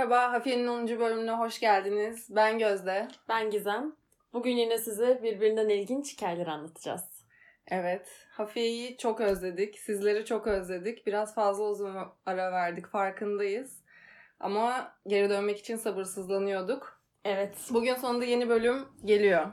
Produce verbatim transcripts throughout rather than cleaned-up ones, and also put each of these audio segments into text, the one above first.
Merhaba, Hafiye'nin onuncu bölümüne hoş geldiniz. Ben Gözde. Ben Gizem. Bugün yine size birbirinden ilginç hikayeler anlatacağız. Evet, Hafiye'yi çok özledik. Sizleri çok özledik. Biraz fazla uzun ara verdik, farkındayız. Ama geri dönmek için sabırsızlanıyorduk. Evet. Bugün sonunda yeni bölüm geliyor.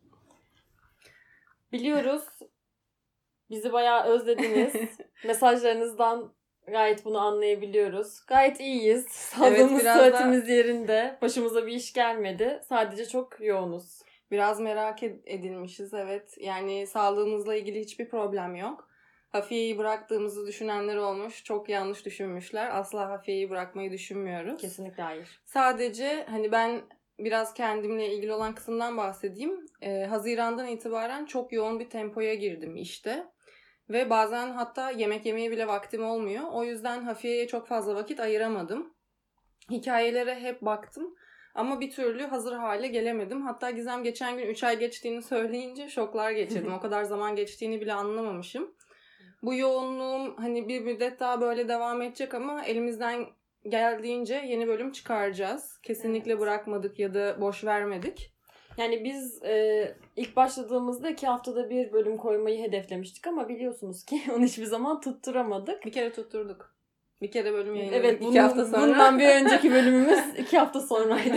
Biliyoruz. Bizi bayağı özlediniz. Mesajlarınızdan gayet bunu anlayabiliyoruz. Gayet iyiyiz. Sağlığımız, evet, sıhhatimiz da... yerinde. Başımıza bir iş gelmedi. Sadece çok yoğunuz. Biraz merak edilmişiz, evet. Yani sağlığımızla ilgili hiçbir problem yok. Hafiye'yi bıraktığımızı düşünenler olmuş. Çok yanlış düşünmüşler. Asla Hafiye'yi bırakmayı düşünmüyoruz. Kesinlikle hayır. Sadece hani ben biraz kendimle ilgili olan kısımdan bahsedeyim. Ee, Haziran'dan itibaren çok yoğun bir tempoya girdim işte. Ve bazen hatta yemek yemeye bile vaktim olmuyor. O yüzden Hafiye'ye çok fazla vakit ayıramadım. Hikayelere hep baktım. Ama bir türlü hazır hale gelemedim. Hatta Gizem geçen gün üç ay geçtiğini söyleyince şoklar geçirdim. O kadar zaman geçtiğini bile anlamamışım. Bu yoğunluğum hani bir müddet daha böyle devam edecek ama elimizden geldiğince yeni bölüm çıkaracağız. Kesinlikle evet. Bırakmadık ya da boş vermedik. Yani biz e, ilk başladığımızda iki haftada bir bölüm koymayı hedeflemiştik ama biliyorsunuz ki onu hiçbir zaman tutturamadık. Bir kere tutturduk. Bir kere bölüm yayınladık evet, iki bunun, hafta sonra. Bundan bir önceki bölümümüz iki hafta sonraydı.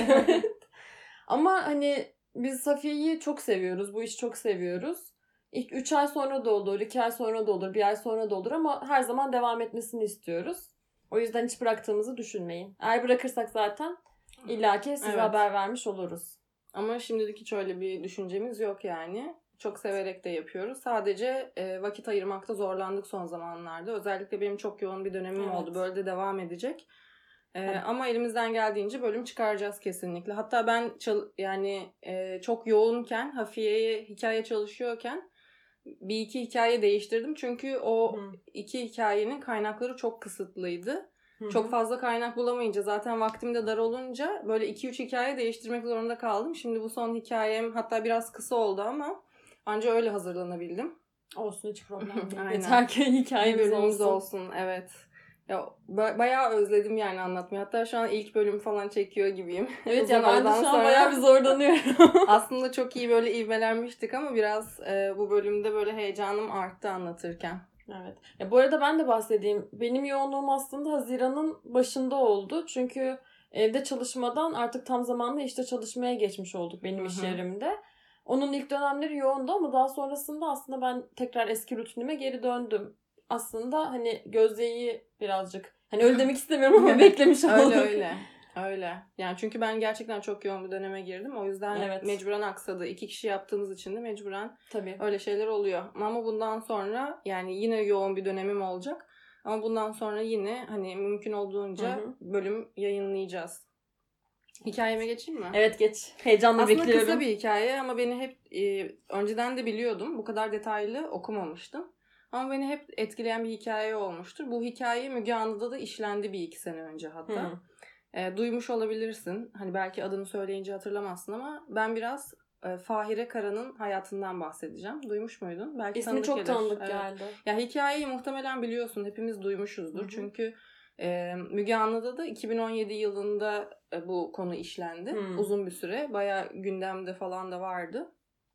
Ama hani biz Safiye'yi çok seviyoruz. Bu işi çok seviyoruz. İlk üç ay sonra da olur, iki ay sonra da olur, bir ay sonra da olur ama her zaman devam etmesini istiyoruz. O yüzden hiç bıraktığımızı düşünmeyin. Eğer bırakırsak zaten illaki size evet. haber vermiş oluruz. Ama şimdilik hiç öyle bir düşüncemiz yok yani. Çok severek de yapıyoruz. Sadece e, vakit ayırmakta zorlandık son zamanlarda. Özellikle benim çok yoğun bir dönemim evet. oldu. Böyle de devam edecek. E, ama elimizden geldiğince bölüm çıkaracağız kesinlikle. Hatta ben çal- yani e, çok yoğunken, Hafiye'ye hikaye çalışıyorken bir iki hikaye değiştirdim. Çünkü o Hı. iki hikayenin kaynakları çok kısıtlıydı. Hı-hı. Çok fazla kaynak bulamayınca zaten vaktim de dar olunca böyle iki üç hikaye değiştirmek zorunda kaldım. Şimdi bu son hikayem hatta biraz kısa oldu ama anca öyle hazırlanabildim. Olsun, hiç problem değil. Yeter ki hikayemiz olsun. olsun. Evet. Ya bayağı özledim yani anlatmayı. Hatta şu an ilk bölüm falan çekiyor gibiyim. Evet ya ben de şu an sonra... bayağı bir zorlanıyorum. Aslında çok iyi böyle ivmelenmiştik ama biraz e, bu bölümde böyle heyecanım arttı anlatırken. Evet. Ya bu arada ben de bahsedeyim. Benim yoğunluğum aslında Haziran'ın başında oldu. Çünkü evde çalışmadan artık tam zamanlı işte çalışmaya geçmiş olduk benim Hı-hı. iş yerimde. Onun ilk dönemleri yoğundu ama daha sonrasında aslında ben tekrar eski rutinime geri döndüm. Aslında hani Gözde'yi birazcık hani öyle demek istemiyorum ama beklemiş olduk. Öyle öyle. Öyle. Yani çünkü ben gerçekten çok yoğun bir döneme girdim. O yüzden evet. mecburen aksadı. İki kişi yaptığımız için de mecburen Tabii. öyle şeyler oluyor. Ama bundan sonra yani yine yoğun bir dönemim olacak. Ama bundan sonra yine hani mümkün olduğunca Hı-hı. bölüm yayınlayacağız. Hikayeme geçeyim mi? Evet geç. Heyecanla Aslında bekliyorum. Aslında kısa bir hikaye ama beni hep e, önceden de biliyordum. Bu kadar detaylı okumamıştım. Ama beni hep etkileyen bir hikaye olmuştur. Bu hikaye Müge Anlı'da da işlendi bir iki sene önce hatta. Hı. E, duymuş olabilirsin. Hani belki adını söyleyince hatırlamazsın ama ben biraz e, Fahire Kara'nın hayatından bahsedeceğim. Duymuş muydun? Belki İsmi çok gelir. tanıdık evet. geldi. Ya hikayeyi muhtemelen biliyorsun. Hepimiz duymuşuzdur. Hı-hı. Çünkü e, Müge Anlı'da da iki bin on yedi yılında e, bu konu işlendi. Hı. Uzun bir süre. Bayağı gündemde falan da vardı.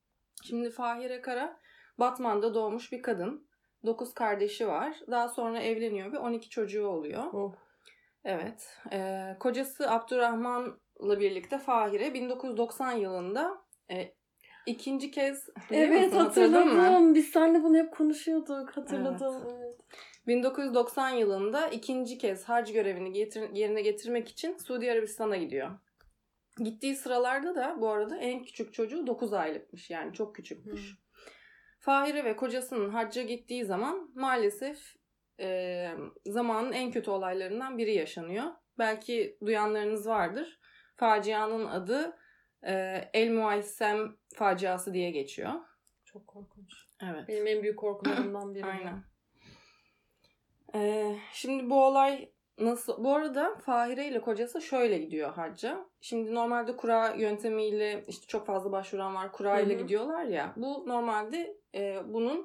Şimdi Fahire Kara Batman'da doğmuş bir kadın. Dokuz kardeşi var. Daha sonra evleniyor ve on iki çocuğu oluyor. Oh. Evet. Ee, kocası Abdurrahman'la birlikte Fahire bin dokuz yüz doksan yılında e, ikinci kez... Evet hatırladım. Biz seninle bunu hep konuşuyorduk. Hatırladım. Evet. Evet. bin dokuz yüz doksan yılında ikinci kez hac görevini getir- yerine getirmek için Suudi Arabistan'a gidiyor. Gittiği sıralarda da bu arada en küçük çocuğu dokuz aylıkmış. Yani çok küçükmüş. Hmm. Fahire ve kocasının hacca gittiği zaman maalesef e, zamanın en kötü olaylarından biri yaşanıyor. Belki duyanlarınız vardır. Facianın adı e, El Muaysem faciası diye geçiyor. Çok korkunç. Evet. Benim en büyük korkularımdan biri. Aynen. E, şimdi bu olay nasıl? Bu arada Fahire ile kocası şöyle gidiyor hacca. Şimdi normalde kura yöntemiyle işte çok fazla başvuran var. Kura ile gidiyorlar ya. Bu normalde e, bunun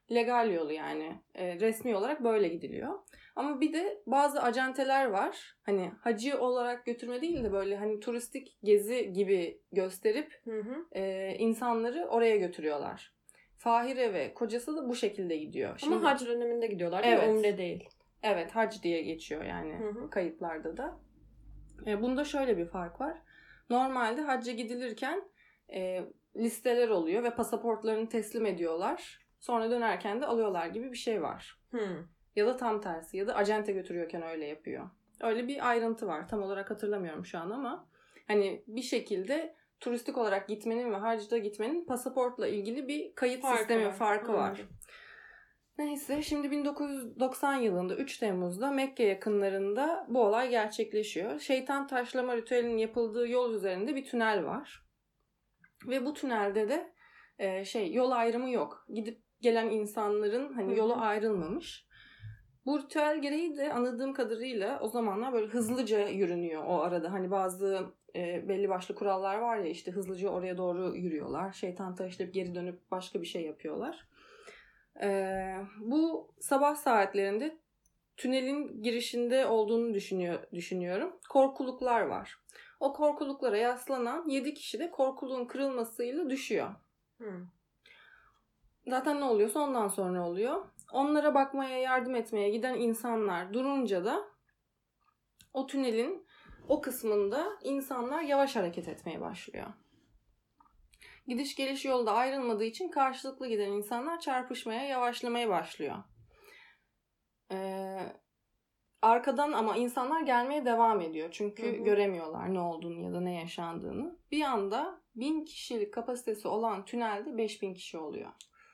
legal yolu yani. E, resmi olarak böyle gidiliyor. Ama bir de bazı acenteler var. Hani hacı olarak götürme değil de böyle hani turistik gezi gibi gösterip Hı hı. e, insanları oraya götürüyorlar. Fahire ve kocası da bu şekilde gidiyor. Ama Şimdi, hac döneminde gidiyorlar değil mi? Evet. Umre değil. Evet, hac diye geçiyor yani Hı hı. kayıtlarda da. E, bunda şöyle bir fark var. Normalde hacca gidilirken e, listeler oluyor ve pasaportlarını teslim ediyorlar. Sonra dönerken de alıyorlar gibi bir şey var. Hı. Ya da tam tersi, ya da acente götürüyorken öyle yapıyor. Öyle bir ayrıntı var. Tam olarak hatırlamıyorum şu an ama hani bir şekilde turistik olarak gitmenin ve hacda gitmenin pasaportla ilgili bir kayıt Farkı sistemi var. farkı var. Anladım. Neyse, şimdi bin dokuz yüz doksan yılında üç Temmuz'da Mekke yakınlarında bu olay gerçekleşiyor. Şeytan taşlama ritüelinin yapıldığı yol üzerinde bir tünel var. Ve bu tünelde de e, şey yol ayrımı yok. Gidip gelen insanların hani yolu ayrılmamış. Bu ritüel gereği de anladığım kadarıyla o zamanlar böyle hızlıca yürünüyor o arada. Hani bazı e, belli başlı kurallar var ya, işte hızlıca oraya doğru yürüyorlar. Şeytan taşlayıp geri dönüp başka bir şey yapıyorlar. Ee, bu sabah saatlerinde tünelin girişinde olduğunu düşünüyor, düşünüyorum. Korkuluklar var. O korkuluklara yaslanan yedi kişi de korkuluğun kırılmasıyla düşüyor. Hı. Zaten ne oluyorsa ondan sonra oluyor. Onlara bakmaya, yardım etmeye giden insanlar durunca da o tünelin o kısmında insanlar yavaş hareket etmeye başlıyor. Gidiş geliş yolda ayrılmadığı için karşılıklı giden insanlar çarpışmaya, yavaşlamaya başlıyor. Ee, arkadan ama insanlar gelmeye devam ediyor. Çünkü Hı hı. göremiyorlar ne olduğunu ya da ne yaşandığını. Bir anda bin kişilik kapasitesi olan tünelde beş bin kişi oluyor.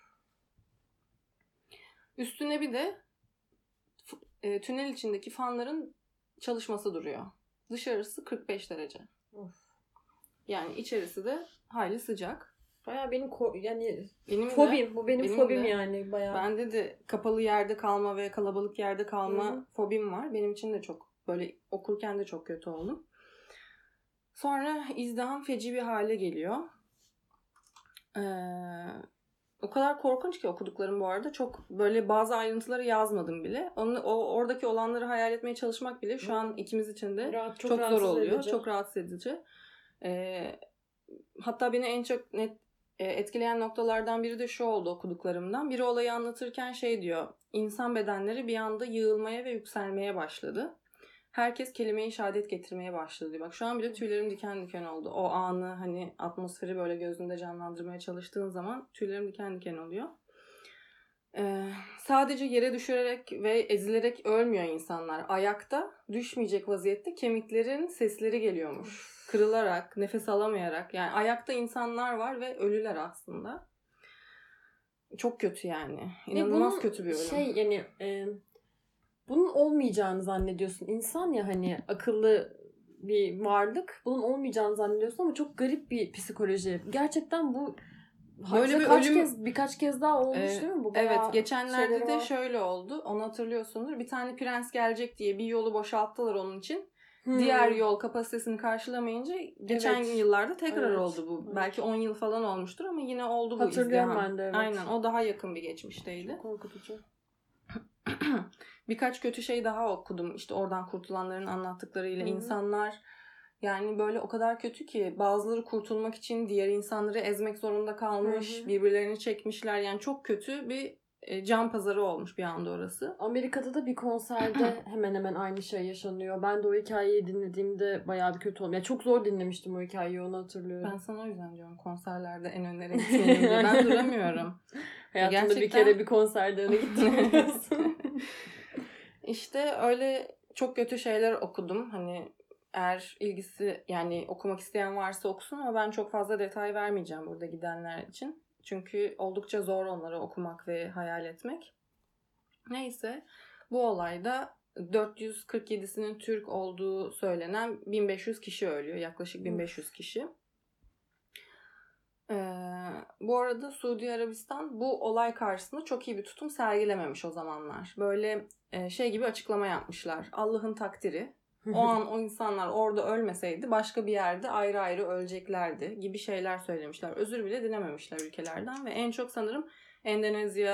Üstüne bir de e, tünel içindeki fanların çalışması duruyor. Dışarısı kırk beş derece. Of. Yani içerisi de hayli sıcak. Bayağı benim ko- yani Benim fobim. de, Bu benim, benim fobim de, yani bayağı. Bende de kapalı yerde kalma ve kalabalık yerde kalma Hı-hı. fobim var. Benim için de çok böyle okurken de çok kötü oldum. Sonra izdiham feci bir hale geliyor. Ee, o kadar korkunç ki okuduklarım bu arada. Çok böyle bazı ayrıntıları yazmadım bile. Onu, o oradaki olanları hayal etmeye çalışmak bile şu an ikimiz için de Rahat, çok, çok, çok zor oluyor. edici. Çok rahatsız edici. Ee, hatta beni en çok net etkileyen noktalardan biri de şu oldu okuduklarımdan. Biri olayı anlatırken şey diyor. İnsan bedenleri bir anda yığılmaya ve yükselmeye başladı. Herkes kelime-i şehadet getirmeye başladı diyor. Bak şu an bile tüylerim diken diken oldu. O anı hani atmosferi böyle gözünde canlandırmaya çalıştığın zaman tüylerim diken diken oluyor. Ee, sadece yere düşürerek ve ezilerek ölmüyor insanlar. Ayakta düşmeyecek vaziyette kemiklerin sesleri geliyormuş. Kırılarak, nefes alamayarak. Yani ayakta insanlar var ve ölüler aslında. Çok kötü yani. İnanılmaz kötü bir ölüm. Şey yani e, bunun olmayacağını zannediyorsun. İnsan ya hani akıllı bir varlık. Bunun olmayacağını zannediyorsun ama çok garip bir psikoloji. Gerçekten bu böyle bir kaç ölüm... kez birkaç kez daha olmuş ee, değil mi bu? Bayağı evet, geçenlerde de var. Şöyle oldu. Onu hatırlıyorsundur. Bir tane prens gelecek diye bir yolu boşalttılar onun için. Hmm. Diğer yol kapasitesini karşılamayınca geçen evet. yıllarda tekrar evet. oldu bu. Evet. Belki on yıl falan olmuştur ama yine oldu bu izdiham. Hatırlıyorum ben de evet. Aynen, o daha yakın bir geçmişteydi. Çok korkutucu. Birkaç kötü şey daha okudum. İşte oradan kurtulanların anlattıklarıyla. Hı-hı. insanlar yani böyle o kadar kötü ki bazıları kurtulmak için diğer insanları ezmek zorunda kalmış. Hı-hı. Birbirlerini çekmişler. Yani çok kötü bir e, can pazarı olmuş bir anda orası. Amerika'da da bir konserde hemen hemen aynı şey yaşanıyor. Ben de o hikayeyi dinlediğimde bayağı bir kötü oldum. Yani çok zor dinlemiştim o hikayeyi, onu hatırlıyorum. Ben sana o yüzden diyorum konserlerde en önlere gitmeyin diye. Ben duramıyorum. Hayatımda gerçekten... bir kere bir konserde öne gittim biliyorsun. İşte öyle çok kötü şeyler okudum. Hani eğer ilgisi yani okumak isteyen varsa okusun ama ben çok fazla detay vermeyeceğim burada gidenler için. Çünkü oldukça zor onları okumak ve hayal etmek. Neyse bu olayda dört yüz kırk yedisinin Türk olduğu söylenen bin beş yüz kişi ölüyor. Yaklaşık bin beş yüz kişi. Ee, bu arada Suudi Arabistan bu olay karşısında çok iyi bir tutum sergilememiş o zamanlar. Böyle e, şey gibi açıklama yapmışlar. Allah'ın takdiri. O an o insanlar orada ölmeseydi başka bir yerde ayrı ayrı öleceklerdi gibi şeyler söylemişler. Özür bile dilememişler ülkelerden ve en çok sanırım Endonezya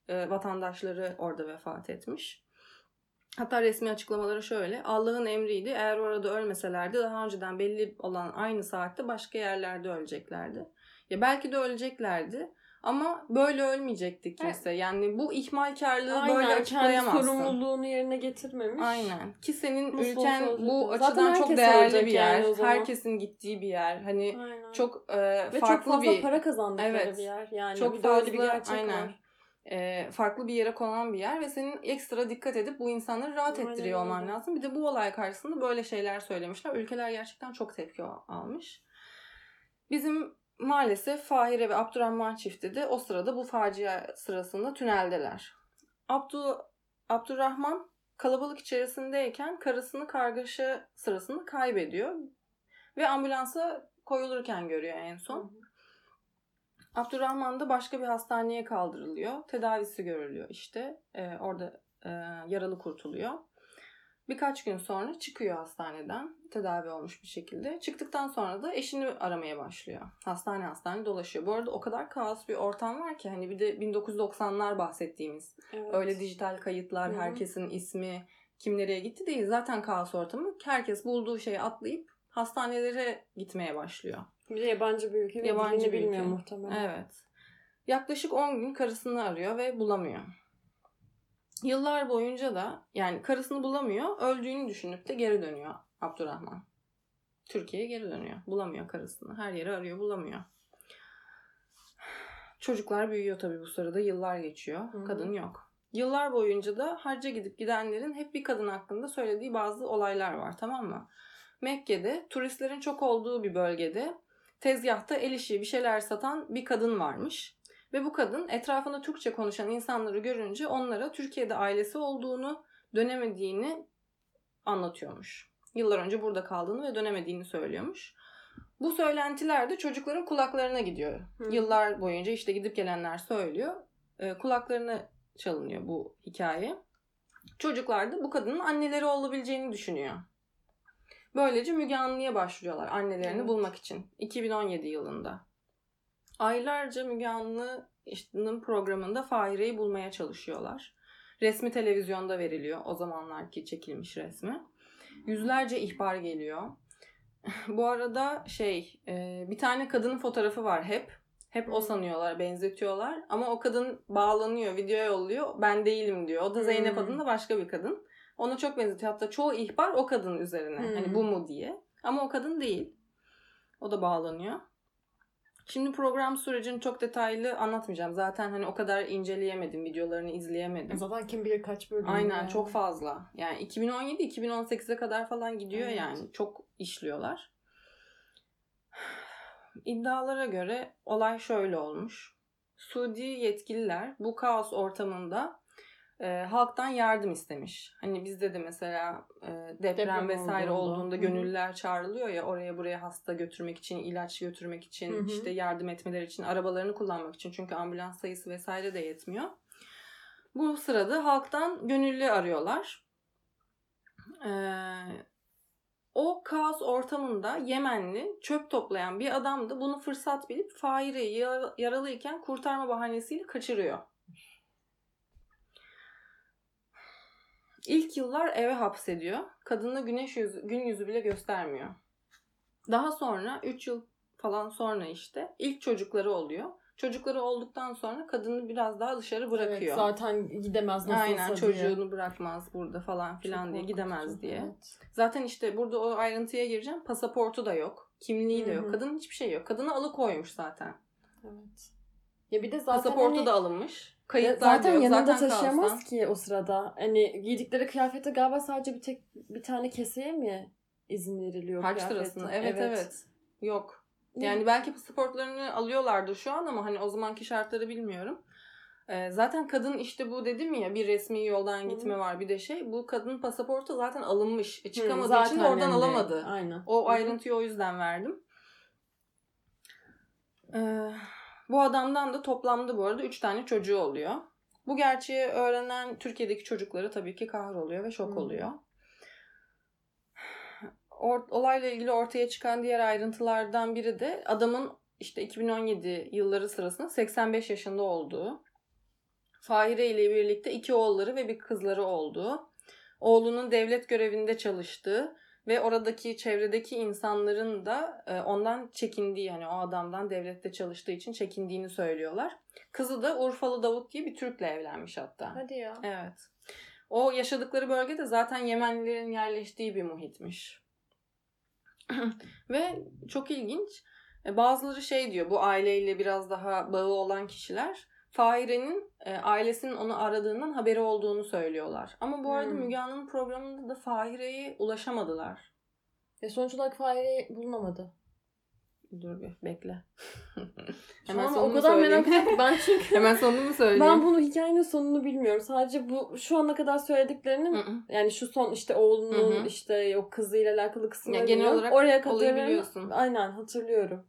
e, vatandaşları orada vefat etmiş. Hatta resmi açıklamaları şöyle: Allah'ın emriydi. Eğer orada ölmeselerdi daha önceden belli olan aynı saatte başka yerlerde öleceklerdi. Ya belki de öleceklerdi ama böyle ölmeyecekti kimse. Yani bu ihmalkarlığı Aynen, böyle açıklayamazsın. kendi sorumluluğunu yerine getirmemiş. Aynen. Ki senin Nasıl ülken bu zaten açıdan çok değerli bir yer. Yani herkesin gittiği bir yer. Hani aynen. çok e, Ve farklı çok fazla bir para kazandıkları evet, bir yer. Yani çok bir fazla, de öyle bir gerçek aynen. var. E, farklı bir yere konan bir yer ve senin ekstra dikkat edip bu insanları rahat Aynen ettiriyor olman öyle. lazım. Bir de bu olay karşısında böyle şeyler söylemişler. Ülkeler gerçekten çok tepki almış. Bizim maalesef Fahire ve Abdurrahman çifti de o sırada bu facia sırasında tüneldeler. Abdu, Abdurrahman kalabalık içerisindeyken karısını kargaşa sırasında kaybediyor ve ambulansa koyulurken görüyor en son. Hı hı. Abdurrahman da başka bir hastaneye kaldırılıyor. Tedavisi görülüyor işte. Ee, orada e, yaralı kurtuluyor. Birkaç gün sonra çıkıyor hastaneden. Tedavi olmuş bir şekilde. Çıktıktan sonra da eşini aramaya başlıyor. Hastane hastane dolaşıyor. Bu arada o kadar kaos bir ortam var ki hani bir de bin dokuz yüz doksanlar bahsettiğimiz. Evet. Öyle dijital kayıtlar, Hı-hı. herkesin ismi, kim nereye gitti değil. Zaten kaos ortamı. Herkes bulduğu şeyi atlayıp hastanelere gitmeye başlıyor. Bir de yabancı bir ülke ve yabancı dilini bilmiyor ülke. Muhtemelen. Evet. Yaklaşık on gün karısını arıyor ve bulamıyor. Yıllar boyunca da yani karısını bulamıyor, öldüğünü düşünüp de geri dönüyor Abdurrahman. Türkiye'ye geri dönüyor. Bulamıyor karısını. Her yeri arıyor, bulamıyor. Çocuklar büyüyor tabii bu sırada. Yıllar geçiyor. Hı-hı. Kadın yok. Yıllar boyunca da hacca gidip gidenlerin hep bir kadın hakkında söylediği bazı olaylar var, tamam mı? Mekke'de turistlerin çok olduğu bir bölgede tezgahta el işi bir şeyler satan bir kadın varmış. Ve bu kadın etrafında Türkçe konuşan insanları görünce onlara Türkiye'de ailesi olduğunu, dönemediğini anlatıyormuş. Yıllar önce burada kaldığını ve dönemediğini söylüyormuş. Bu söylentiler de çocukların kulaklarına gidiyor. Hı. Yıllar boyunca işte gidip gelenler söylüyor. E, kulaklarına çalınıyor bu hikaye. Çocuklar da bu kadının anneleri olabileceğini düşünüyor. Böylece Müge Anlı'ya başvuruyorlar annelerini evet. bulmak için. iki bin on yedi yılında. Aylarca Müge Anlı'nın programında Fahire'yi bulmaya çalışıyorlar. Resmi televizyonda veriliyor. O zamanlarki çekilmiş resmi. Yüzlerce ihbar geliyor. Bu arada şey bir tane kadının fotoğrafı var hep. Hep hmm. o sanıyorlar, benzetiyorlar. Ama o kadın bağlanıyor, videoya yolluyor. Ben değilim diyor. O da Zeynep hmm. adında başka bir kadın. Ona çok benzetiyor. Hatta çoğu ihbar o kadın üzerine. Hmm. Hani bu mu diye. Ama o kadın değil. O da bağlanıyor. Şimdi program sürecini çok detaylı anlatmayacağım. Zaten hani o kadar inceleyemedim. Videolarını izleyemedim. Zaten kim bilir kaç bölüm. Aynen yani. Çok fazla. Yani iki bin on yedi iki bin on sekize kadar falan gidiyor evet. yani. Çok işliyorlar. İddialara göre olay şöyle olmuş. Suudi yetkililer bu kaos ortamında e, halktan yardım istemiş. Hani bizde de mesela e, deprem, deprem vesaire olduğunda, olduğunda gönüllüler çağrılıyor ya oraya buraya hasta götürmek için, ilaç götürmek için, Hı-hı. işte yardım etmeleri için, arabalarını kullanmak için. Çünkü ambulans sayısı vesaire de yetmiyor. Bu sırada halktan gönüllü arıyorlar. Eee O kaos ortamında Yemenli çöp toplayan bir adam da bunu fırsat bilip Fahire'yi yaralıyken kurtarma bahanesiyle kaçırıyor. İlk yıllar eve hapsediyor. Kadına güneş yüzü, gün yüzü bile göstermiyor. Daha sonra üç yıl falan sonra işte ilk çocukları oluyor. Çocukları olduktan sonra kadını biraz daha dışarı bırakıyor. Evet, zaten gidemez nasılsa Aynen, diye. çocuğunu bırakmaz burada falan filan Çok diye gidemez diye. Evet. Zaten işte burada o ayrıntıya gireceğim. Pasaportu da yok. Kimliği de yok. Hı-hı. Kadının hiçbir şey yok. Kadını alıkoymuş zaten. Evet. Ya bir de zaten pasaportu hani, da alınmış. Kayıtlar zaten da yok. yanında zaten taşıyamaz kaostan. ki o sırada. Hani giydikleri kıyafete galiba sadece bir tek bir tane keseye mi izin veriliyor Haç sırasında. Evet, evet evet. Yok. Yani belki pasaportlarını alıyorlardı şu an ama hani o zamanki şartları bilmiyorum. Ee, zaten kadın işte bu dedim ya bir resmi yoldan gitme Hı-hı. var bir de şey. Bu kadının pasaportu zaten alınmış. E, çıkamadığı Hı, için de oradan alamadı. Aynen. O Hı-hı. ayrıntıyı o yüzden verdim. Ee, bu adamdan da toplamda bu arada üç tane çocuğu oluyor. Bu gerçeği öğrenen Türkiye'deki çocukları tabii ki kahroluyor ve şok Hı-hı. oluyor. Or- olayla ilgili ortaya çıkan diğer ayrıntılardan biri de adamın işte iki bin on yedi yılları sırasında seksen beş yaşında olduğu. Fahire ile birlikte iki oğulları ve bir kızları olduğu, oğlunun devlet görevinde çalıştığı ve oradaki çevredeki insanların da ondan çekindiği, yani o adamdan devlette çalıştığı için çekindiğini söylüyorlar. Kızı da Urfalı Davut diye bir Türk'le evlenmiş hatta. Hadi ya. Evet. O yaşadıkları bölge de zaten Yemenlilerin yerleştiği bir muhitmiş. Ve çok ilginç. Bazıları şey diyor, bu aileyle biraz daha bağı olan kişiler Fahire'nin e, ailesinin onu aradığından haberi olduğunu söylüyorlar. Ama bu arada hmm. Müge Anlı'nın programında da Fahire'ye ulaşamadılar. Ve sonuç olarak Fahire bulunamadı. Dur bir bekle. Hemen sonunu o kadar merak ettim ben çünkü. Hemen sonunu mu söyleyeyim? Ben bunu hikayenin sonunu bilmiyorum. Sadece bu şu ana kadar söylediklerinin yani şu son işte oğlunun Hı-hı. işte o kızıyla alakalı kısımları genel biliyorum. olarak oraya kadar biliyorsun. Aynen hatırlıyorum.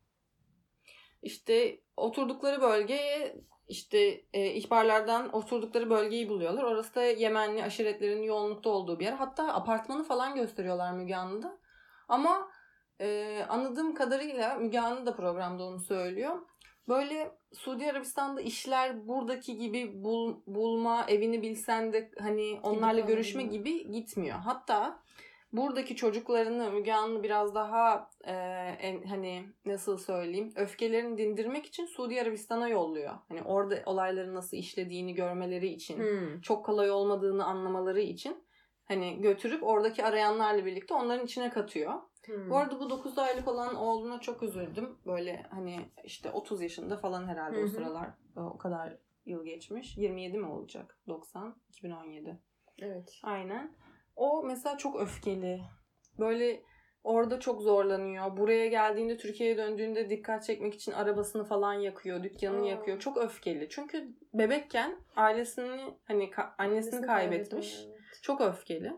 İşte oturdukları bölgeye işte e, ihbarlardan oturdukları bölgeyi buluyorlar. Orası da Yemenli aşiretlerin yoğunlukta olduğu bir yer. Hatta apartmanı falan gösteriyorlar Müge Anlı'da. Ama e, anladığım kadarıyla Müge Anlı da programda onu söylüyor. Böyle Suudi Arabistan'da işler buradaki gibi bul, bulma, evini bilsen de hani onlarla Gidip görüşme anladım. gibi gitmiyor. Hatta buradaki çocuklarını Müge Anlı biraz daha e, en, hani nasıl söyleyeyim öfkelerini dindirmek için Suudi Arabistan'a yolluyor. Hani orada olayların nasıl işlediğini görmeleri için, hmm. çok kolay olmadığını anlamaları için hani götürüp oradaki arayanlarla birlikte onların içine katıyor. Hmm. Bu arada bu dokuz aylık olan oğluna çok üzüldüm. Böyle hani işte otuz yaşında falan herhalde hmm. o sıralar. O kadar yıl geçmiş. yirmi yedi mi olacak? doksan, iki bin on yedi. Evet. Aynen. O mesela çok öfkeli. Böyle orada çok zorlanıyor. Buraya geldiğinde, Türkiye'ye döndüğünde dikkat çekmek için arabasını falan yakıyor, dükkanını Aa. yakıyor. Çok öfkeli. Çünkü bebekken ailesini hani ka- annesini Annesi kaybetmiş. Evet. Çok öfkeli.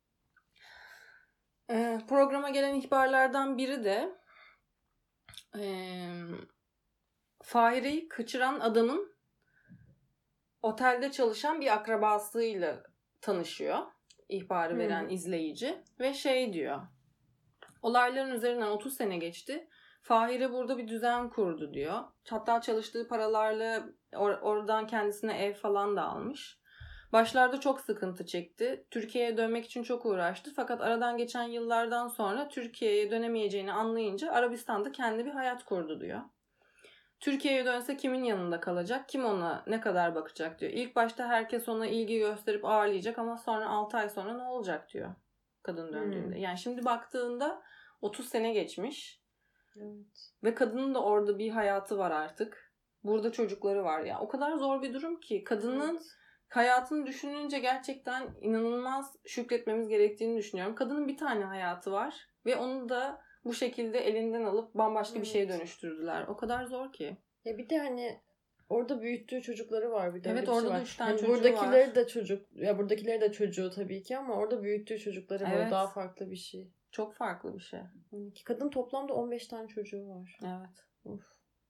Ee, programa gelen ihbarlardan biri de e, Fahire'yi kaçıran adamın otelde çalışan bir akrabasıyla tanışıyor. İhbarı veren hmm. izleyici ve şey diyor. Olayların üzerinden otuz sene geçti. Fahire burada bir düzen kurdu diyor. Hatta çalıştığı paralarla or- oradan kendisine ev falan da almış. Başlarda çok sıkıntı çekti. Türkiye'ye dönmek için çok uğraştı. Fakat aradan geçen yıllardan sonra Türkiye'ye dönemeyeceğini anlayınca Arabistan'da kendi bir hayat kurdu diyor. Türkiye'ye dönse kimin yanında kalacak? Kim ona ne kadar bakacak diyor. İlk başta herkes ona ilgi gösterip ağırlayacak ama sonra altı ay sonra ne olacak diyor kadın döndüğünde. Hmm. Yani şimdi baktığında otuz sene geçmiş. Evet. Ve kadının da orada bir hayatı var artık. Burada çocukları var ya. O kadar zor bir durum ki kadının evet. hayatını düşününce gerçekten inanılmaz şükretmemiz gerektiğini düşünüyorum. Kadının bir tane hayatı var ve onu da bu şekilde elinden alıp bambaşka evet. bir şeye dönüştürdüler. O kadar zor ki. Ya bir de hani orada büyüttüğü çocukları var bir de. Evet bir orada şey da üç tane hani çocuğu buradakileri var. de çocuk, ya buradakileri de çocuğu tabii ki ama orada büyüttüğü çocukları evet. var. Daha farklı bir şey. Çok farklı bir şey. Ki kadın toplamda on beş tane çocuğu var. Evet. Of.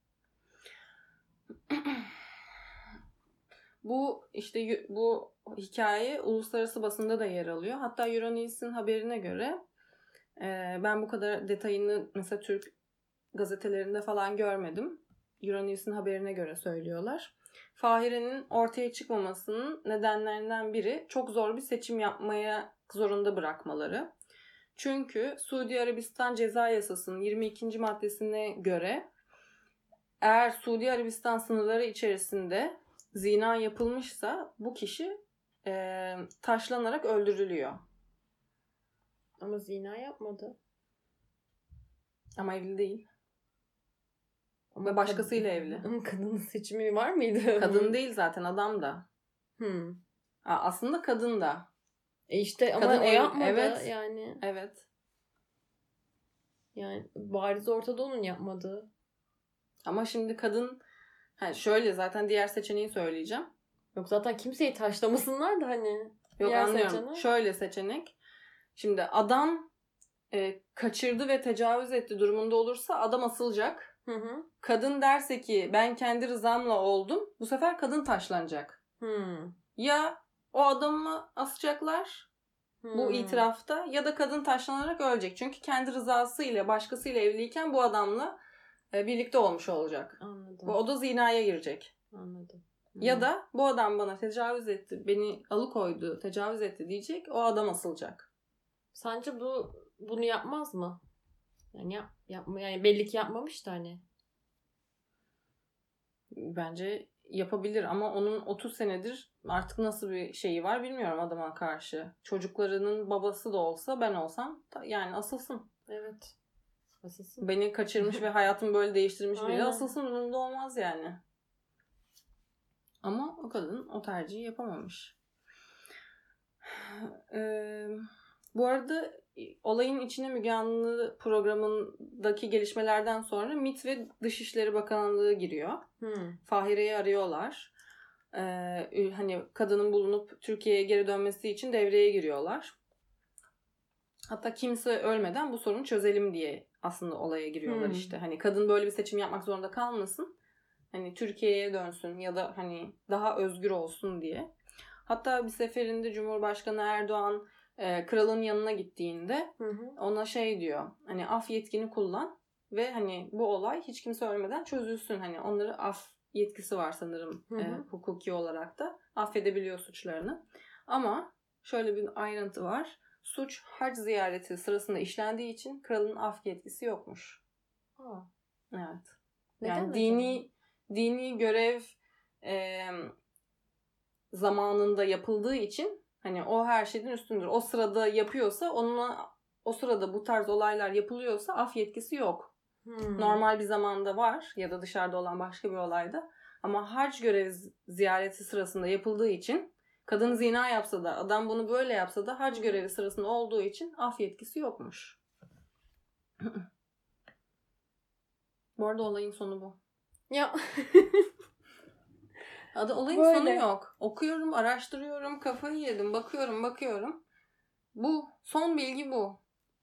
Bu işte bu hikaye uluslararası basında da yer alıyor. Hatta Euronews'in haberine göre e, ben bu kadar detayını mesela Türk gazetelerinde falan görmedim. Euronews'in haberine göre söylüyorlar. Fahire'nin ortaya çıkmamasının nedenlerinden biri çok zor bir seçim yapmaya zorunda bırakmaları. Çünkü Suudi Arabistan Ceza Yasası'nın yirmi ikinci maddesine göre eğer Suudi Arabistan sınırları içerisinde zina yapılmışsa bu kişi e, taşlanarak öldürülüyor. Ama zina yapmadı. Ama evli değil. Ama ve başkasıyla kadın, evli. Ama kadının seçimi var mıydı? Kadın değil zaten, adam da. Hmm. Ha, aslında kadın da. E işte ama kadın o ev, yapmadı evet, yani. Evet. Yani bariz ortada onun yapmadığı. Ama şimdi kadın hani şöyle zaten diğer seçeneği söyleyeceğim. Yok zaten kimseyi taşlamasınlar da hani. Yok diğer anlıyorum. Seçenek. Şöyle seçenek. Şimdi adam e, kaçırdı ve tecavüz etti durumunda olursa adam asılacak. Hı hı. Kadın derse ki ben kendi rızamla oldum. Bu sefer kadın taşlanacak. Hı. Ya o adamı asacaklar hmm. bu itirafta ya da kadın taşlanarak ölecek. Çünkü kendi rızasıyla başkasıyla evliyken bu adamla e, birlikte olmuş olacak. Anladım. Bu o da zinaya girecek. Anladım. Ya da bu adam bana tecavüz etti, beni alıkoydu, tecavüz etti diyecek. O adam asılacak. Sence bu bunu yapmaz mı? Yani yap, yapma yani belli ki yapmamış da hani. Bence yapabilir ama onun otuz senedir artık nasıl bir şeyi var bilmiyorum adama karşı. Çocuklarının babası da olsa ben olsam yani asılsın. Evet. Asılsın. Beni kaçırmış ve hayatımı böyle değiştirmiş biri Aynen. asılsın, umurumda olmaz yani. Ama o kadın o tercihi yapamamış. Ee, bu arada olayın içine Müge Anlı programındaki gelişmelerden sonra MİT ve Dışişleri Bakanlığı giriyor. Hmm. Fahire'yi arıyorlar. Ee, hani kadının bulunup Türkiye'ye geri dönmesi için devreye giriyorlar. Hatta kimse ölmeden bu sorunu çözelim diye aslında olaya giriyorlar Hmm. işte. Hani kadın böyle bir seçim yapmak zorunda kalmasın. Hani Türkiye'ye dönsün ya da hani daha özgür olsun diye. Hatta bir seferinde Cumhurbaşkanı Erdoğan e, kralın yanına gittiğinde Hı hı. ona şey diyor. Hani af yetkini kullan ve hani bu olay hiç kimse ölmeden çözülsün. Hani onları af yetkisi var sanırım Hı hı. e, hukuki olarak da affedebiliyor suçlarını. Ama şöyle bir ayrıntı var. Suç hac ziyareti sırasında işlendiği için kralın af yetkisi yokmuş. Aa. Evet. Neden Yani acaba? dini dini görev e, zamanında yapıldığı için hani o her şeyden üstündür. O sırada yapıyorsa onunla o sırada bu tarz olaylar yapılıyorsa af yetkisi yok. Hmm. Normal bir zamanda var ya da dışarıda olan başka bir olayda. Ama hac görev ziyareti sırasında yapıldığı için kadın zina yapsa da adam bunu böyle yapsa da hac görevi sırasında olduğu için af yetkisi yokmuş. Bu arada olayın sonu bu. Ya. Adı olayın Böyle. sonu yok. Okuyorum, araştırıyorum, kafayı yedim, bakıyorum, bakıyorum. Bu, son bilgi bu.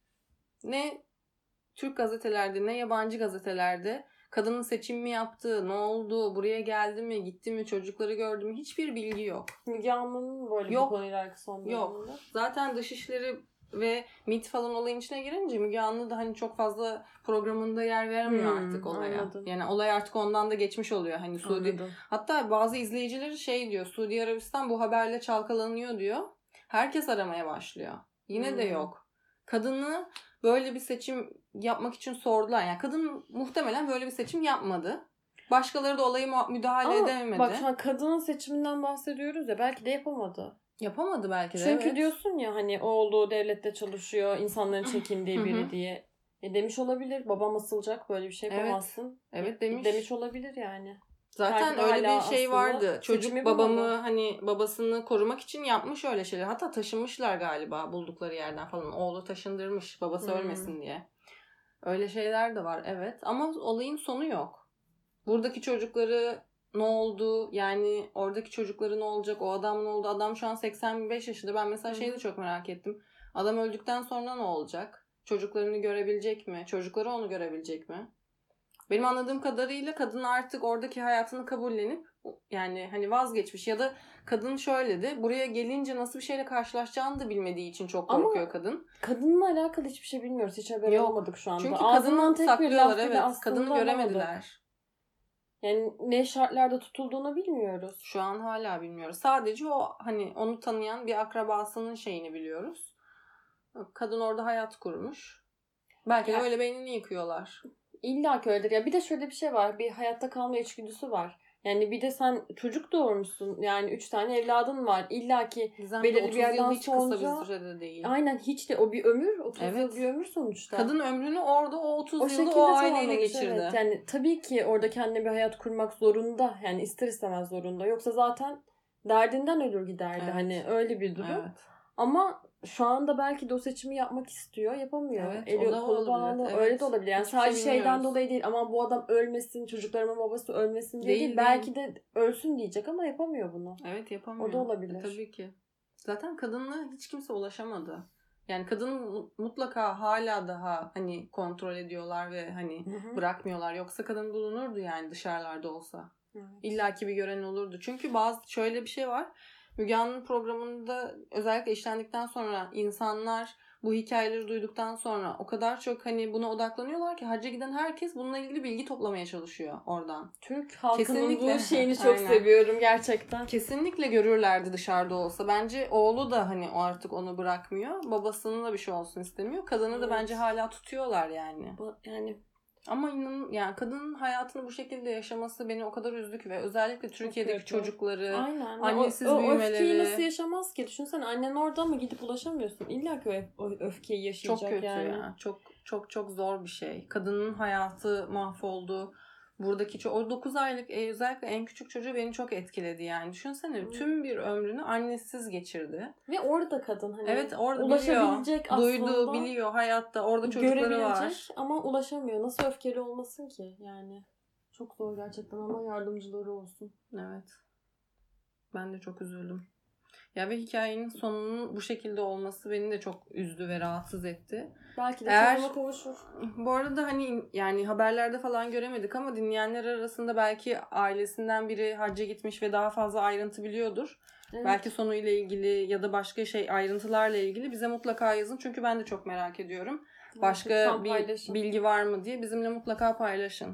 Ne Türk gazetelerde, ne yabancı gazetelerde kadının seçim mi yaptı, ne oldu, buraya geldi mi, gitti mi, çocukları gördü mü hiçbir bilgi yok. Müge Anlı'nın böyle Yok. bir konuyla alakası olmuyor. Yok. Zaten Dışişleri ve MİT falan olayın içine girince Müge Anlı da hani çok fazla programında yer veremiyor Hmm, artık olaya. anladım. Yani olay artık ondan da geçmiş oluyor. Hani Suudi. Anladım. Hatta bazı izleyicileri şey diyor. Suudi Arabistan bu haberle çalkalanıyor diyor. Herkes aramaya başlıyor. Yine Hmm. de yok. Kadını böyle bir seçim yapmak için sordular. Yani kadın muhtemelen böyle bir seçim yapmadı. Başkaları da olayı müdahale Ama edemedi. bak şu an kadının seçiminden bahsediyoruz ya, belki de yapamadı. Yapamadı belki de. Çünkü evet. diyorsun ya hani oğlu devlette çalışıyor, insanların çekindiği biri diye. E demiş olabilir, babam asılacak, böyle bir şey yapamazsın. Evet, evet demiş. Demiş olabilir yani. Zaten Belki öyle bir şey aslında vardı. Çocuk seçimi babamı bulamadı. hani babasını korumak için yapmış öyle şeyler. Hatta taşınmışlar galiba buldukları yerden falan. Oğlu taşındırmış babası Hmm. ölmesin diye. Öyle şeyler de var evet. Ama olayın sonu yok. Buradaki çocukları ne oldu? Yani oradaki çocukları ne olacak? O adam ne oldu? Adam şu an seksen beş yaşında. Ben mesela şeyi de çok merak ettim. Adam öldükten sonra ne olacak? Çocuklarını görebilecek mi? Çocukları onu görebilecek mi? Benim anladığım kadarıyla kadın artık oradaki hayatını kabullenip yani hani vazgeçmiş ya da kadın şöyle de buraya gelince nasıl bir şeyle karşılaşacağını da bilmediği için çok korkuyor Ama kadın. Kadınla alakalı hiçbir şey bilmiyoruz. Hiç haber Yok. alamadık şu anda. Çünkü Ağzından kadını tek bir saklıyorlar laf bile evet. aslında Kadını göremediler. alamadık. Yani ne şartlarda tutulduğunu bilmiyoruz. Şu an hala bilmiyoruz. Sadece o hani onu tanıyan bir akrabasının şeyini biliyoruz. Kadın orada hayat kurmuş. Belki de Ya, öyle beynini yıkıyorlar. İlla ki öyledir. Ya bir de şöyle bir şey var. Bir hayatta kalma içgüdüsü var. Yani bir de sen çocuk doğurmuşsun. Yani üç tane evladın var. İlla ki belirli bir yerden hiç sonra... kısa bir sürede değil. Aynen hiç de o bir ömür. otuz Evet. yıl bir ömür sonuçta. Kadın ömrünü orada o otuz o yılda şekilde o aileyle tamamlamış, geçirdi. Evet. Yani tabii ki orada kendine bir hayat kurmak zorunda. Yani ister istemez zorunda. Yoksa zaten derdinden ölür giderdi. Evet. Hani öyle bir durum. Evet. Ama şu anda belki de o seçimi yapmak istiyor. Yapamıyor. Evet, Eli o da kolu olabilir. bağlı. Evet. Öyle de olabilir. Yani Hiçbir sadece şey şeyden bilmiyoruz. dolayı değil. Ama bu adam ölmesin, çocuklarımın babası ölmesin diye Değil, değil. Belki de ölsün diyecek ama yapamıyor bunu. Evet yapamıyor. O da olabilir. E, tabii ki. Zaten kadınla hiç kimse ulaşamadı. Yani kadın mutlaka hala daha hani kontrol ediyorlar ve hani Hı hı. bırakmıyorlar. Yoksa kadın bulunurdu yani dışarılarda olsa. Evet. İlla ki bir gören olurdu. Çünkü bazı şöyle bir şey var. Müge Anlı'nın programında özellikle işlendikten sonra insanlar bu hikayeleri duyduktan sonra o kadar çok hani buna odaklanıyorlar ki hacca giden herkes bununla ilgili bilgi toplamaya çalışıyor oradan. Türk halkının Kesinlikle. bu şeyini çok Aynen. seviyorum gerçekten. Kesinlikle görürlerdi dışarıda olsa. Bence oğlu da hani o artık onu bırakmıyor. Babasının da bir şey olsun istemiyor. Kadını Evet. da bence hala tutuyorlar yani. Bu, yani Ama inan yani kadının hayatını bu şekilde yaşaması beni o kadar üzdü ki ve özellikle Türkiye'deki kötü. çocukları, aynen. annesiz o, o büyümeleri. öfkeyi nasıl yaşamaz ki? Düşünsene annen orada ama gidip ulaşamıyorsun. İlla ki o, öf- o öfkeyi yaşayacak Çok kötü yani. ya. Çok çok çok zor bir şey. Kadının hayatı mahvoldu. Buradaki ço- o dokuz aylık e, özellikle en küçük çocuğu beni çok etkiledi yani. Düşünsene Hmm. tüm bir ömrünü annesiz geçirdi. Ve orada kadın hani Evet orada ulaşabilecek biliyor. aslında. Duydu, biliyor hayatta. Orada çocukları var. Ama ulaşamıyor. Nasıl öfkeli olmasın ki yani? Çok zor gerçekten ama yardımcıları olsun. Evet. Ben de çok üzüldüm. Ya ve hikayenin sonunun bu şekilde olması beni de çok üzdü ve rahatsız etti. Belki de Eğer- sonuna kavuşur. Bu arada hani yani haberlerde falan göremedik ama dinleyenler arasında belki ailesinden biri hacca gitmiş ve daha fazla ayrıntı biliyordur. Evet. Belki sonuyla ilgili ya da başka şey ayrıntılarla ilgili bize mutlaka yazın. Çünkü ben de çok merak ediyorum. Başka Lütfen bir paylaşın. bilgi var mı diye bizimle mutlaka paylaşın.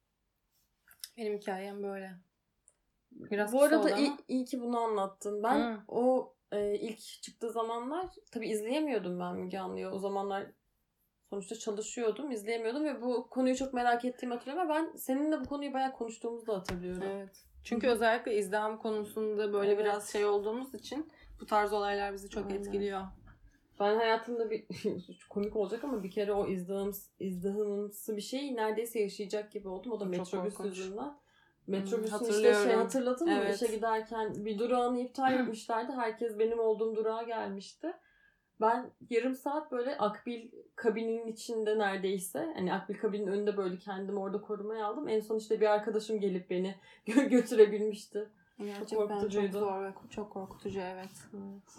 Benim hikayem böyle. Biraz Bu kısa arada oldu iyi, ama. iyi ki bunu anlattın. Ben Hı. o e, ilk çıktığı zamanlar tabii izleyemiyordum ben Müge Anlı'yı. O zamanlar sonuçta çalışıyordum, izleyemiyordum ve bu konuyu çok merak ettiğimi hatırlıyorum. Ben seninle bu konuyu bayağı konuştuğumuzu da hatırlıyorum. Evet. Çünkü Hı-hı. özellikle izdiham konusunda böyle Evet. biraz şey olduğumuz için bu tarz olaylar bizi çok Aynen. etkiliyor. Ben hayatımda bir komik olacak ama bir kere o izdiham, izdihamımsı bir şey neredeyse yaşayacak gibi oldum. O da Çok metrobüs korkunç. yüzünden. Metrobüsün işte hatırlıyorum. şey hatırladın mı? Evet. İşe giderken bir durağını iptal etmişlerdi. Herkes benim olduğum durağa gelmişti. Ben yarım saat böyle akbil kabininin içinde neredeyse. Hani akbil kabinin önünde böyle kendimi orada korumaya aldım. En son işte bir arkadaşım gelip beni gö- götürebilmişti. Gerçekten Çok korkutucuydu. çok zor ve çok korkutucu evet. Evet.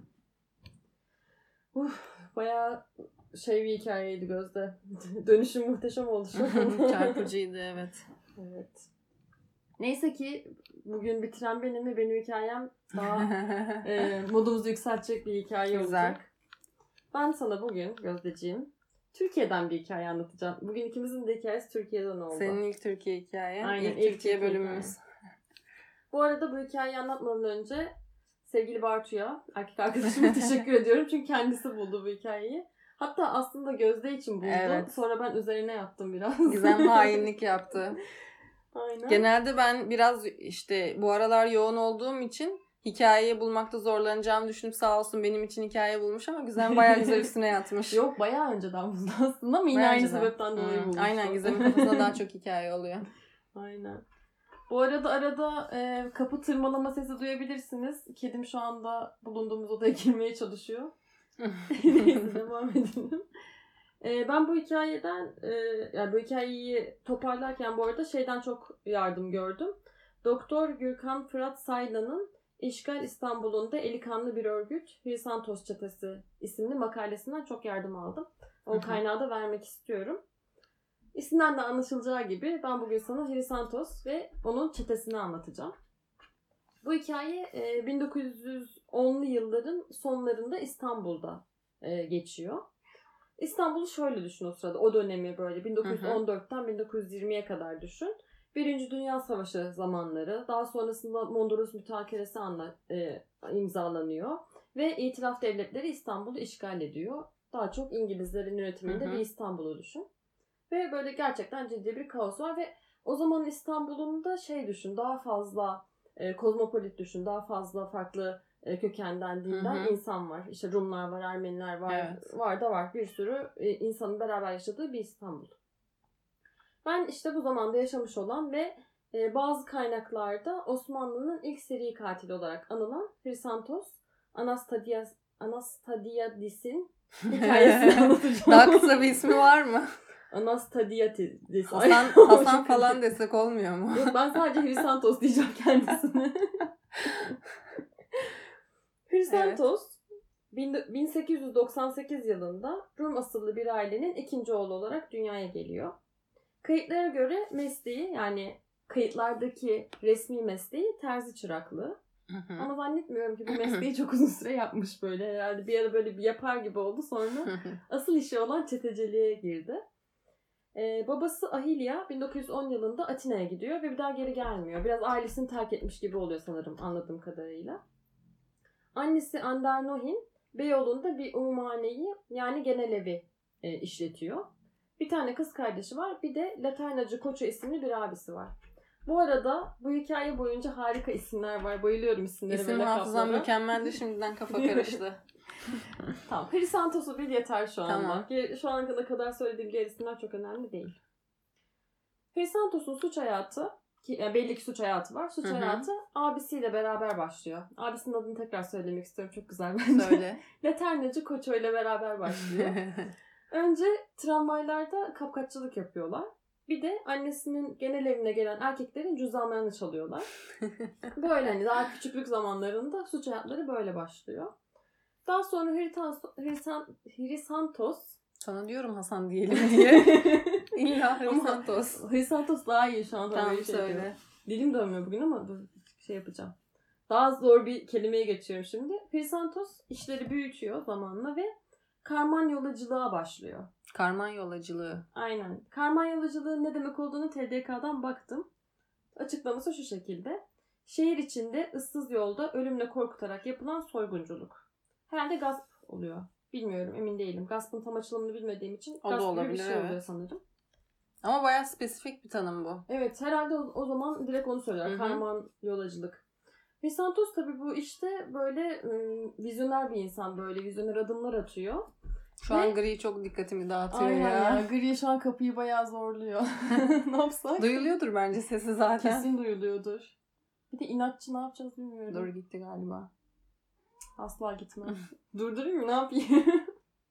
Uf, bayağı şey bir hikayeydi Gözde. Dönüşüm muhteşem oldu şu an. Çarpıcıydı evet. Evet. Neyse ki bugün bitiren benim ve benim hikayem daha e, modumuzu yükseltecek bir hikaye Güzel. olacak. Ben sana bugün Gözdeciğim Türkiye'den bir hikaye anlatacağım. Bugün ikimizin de hikayesi Türkiye'den oldu. Senin ilk Türkiye hikayen. Aynen, ilk, ilk Türkiye, Türkiye bölümümüz. hikaye. Bu arada bu hikayeyi anlatmadan önce sevgili Bartu'ya, erkek arkadaşıma teşekkür ediyorum. Çünkü kendisi buldu bu hikayeyi. Hatta aslında Gözde için buldu. Evet. Sonra ben üzerine yattım biraz. Gizem hainlik yaptı. Aynen. Genelde ben biraz işte bu aralar yoğun olduğum için hikayeyi bulmakta zorlanacağımı düşünüp sağ olsun benim için hikaye bulmuş ama Gizem bayağı güzel üstüne yatmış. Yok bayağı önceden buldu aslında ama yine Bayağı aynı önceden. sebepten dolayı Hmm. bulmuştu. Aynen Gizem'in kafasında daha çok hikaye oluyor. Aynen. Bu arada arada e, kapı tırmalama sesi duyabilirsiniz. Kedim şu anda bulunduğumuz odaya girmeye çalışıyor. Neyse devam edelim. E, ben bu hikayeden e, yani bu hikayeyi toparlarken bu arada şeyden çok yardım gördüm. Doktor Gürkan Fırat Saylan'ın İşgal İstanbul'unda eli kanlı bir örgüt Hrisantos Çetesi isimli makalesinden çok yardım aldım. O kaynağı da vermek istiyorum. İsimden de anlaşılacağı gibi ben bugün sana Hrisantos ve onun çetesini anlatacağım. Bu hikaye bin dokuz yüz onlu yılların sonlarında İstanbul'da geçiyor. İstanbul'u şöyle düşün o sırada. O dönemi böyle bin dokuz yüz on dörtten bin dokuz yüz yirmiye kadar düşün. Birinci Dünya Savaşı zamanları. Daha sonrasında Mondros Mütakeresi anla, e, imzalanıyor. Ve İtilaf Devletleri İstanbul'u işgal ediyor. Daha çok İngilizlerin yönetiminde hı hı. bir İstanbul'u düşün. Ve böyle gerçekten ciddi bir kaos var ve o zaman İstanbul'un da şey düşün, daha fazla e, kozmopolit düşün, daha fazla farklı e, kökenden, dinden hı hı. insan var. İşte Rumlar var, Ermeniler var, evet. var da var. Bir sürü e, insanın beraber yaşadığı bir İstanbul. Ben işte bu zamanda yaşamış olan ve e, bazı kaynaklarda Osmanlı'nın ilk seri katili olarak anılan Hrisantos Anastasias, Anastasiadis'in hikayesini anlatacağım. Daha kısa bir ismi var mı? Anastasiadis. Hasan, Hasan falan desek olmuyor mu? Yok, ben sadece Hrisantos diyeceğim kendisine. Hrisantos evet. bin sekiz yüz doksan sekiz yılında Rum asıllı bir ailenin ikinci oğlu olarak dünyaya geliyor. Kayıtlara göre mesleği yani kayıtlardaki resmi mesleği terzi çıraklığı. Hı hı. Ama zannetmiyorum ki bu mesleği çok uzun süre yapmış böyle. Herhalde bir ara böyle bir yapar gibi oldu. Sonra asıl işi olan çeteciliğe girdi. Ee, babası Ahilya bin dokuz yüz on yılında Atina'ya gidiyor ve bir daha geri gelmiyor. Biraz ailesini terk etmiş gibi oluyor sanırım anladığım kadarıyla. Annesi Andernohin Beyoğlu'nda bir umumhaneyi yani genel evi e, işletiyor. Bir tane kız kardeşi var. Bir de Laternacı Koço isimli bir abisi var. Bu arada bu hikaye boyunca harika isimler var. Bayılıyorum isimlere. İsim hafızam mükemmeldi. Şimdiden kafa karıştı. Tamam. Hrisantos'u bil yeter şu anda. Tamam. Şu ana kadar söylediğim diğer isimler çok önemli değil. Hrisantos'un suç hayatı, ki yani belli ki suç hayatı var. Suç Hı hı. hayatı abisiyle beraber başlıyor. Abisinin adını tekrar söylemek istiyorum. Çok güzel bence. Söyle. Laternacı Koço ile beraber başlıyor. Önce tramvaylarda kapkaççılık yapıyorlar. Bir de annesinin genel evine gelen erkeklerin cüzdanlarını çalıyorlar. Böyle hani daha küçüklük zamanlarında suç hayatları böyle başlıyor. Daha sonra Hrisantos Sana diyorum Hasan diyelim diye. İlla Hrisantos. Hrisantos daha iyi şu an. Tamam şey söyle. diyor. Dilim dönmüyor bugün ama dur şey yapacağım. Daha zor bir kelimeye geçiyorum şimdi. Hrisantos işleri büyütüyor zamanla ve karman yolacılığa başlıyor. Karman yolacılığı. Aynen. Karman yolacılığı ne demek olduğunu T D K'dan baktım. Açıklaması şu şekilde. Şehir içinde ıssız yolda ölümle korkutarak yapılan soygunculuk. Herhalde gasp oluyor. Bilmiyorum, emin değilim. Gaspın tam açılımını bilmediğim için o gasp da gibi bir şey evet. oluyor sanırım. Ama bayağı spesifik bir tanım bu. Evet, herhalde o, o zaman direkt onu söylüyorlar. Hı-hı. Karman yolacılık. Hrisantos tabii bu işte böyle ım, vizyoner bir insan. Böyle vizyoner adımlar atıyor. Şu Ve... an gri çok dikkatimi dağıtıyor Aynen ya. ya. Gri şu an kapıyı bayağı zorluyor. Ne yapsak? Duyuluyordur bence sesi zaten. Kesin duyuluyordur. Bir de inatçı, ne yapacağız bilmiyorum. Doğru gitti galiba. Asla gitmem. Durdurayım mı? Ne yapayım?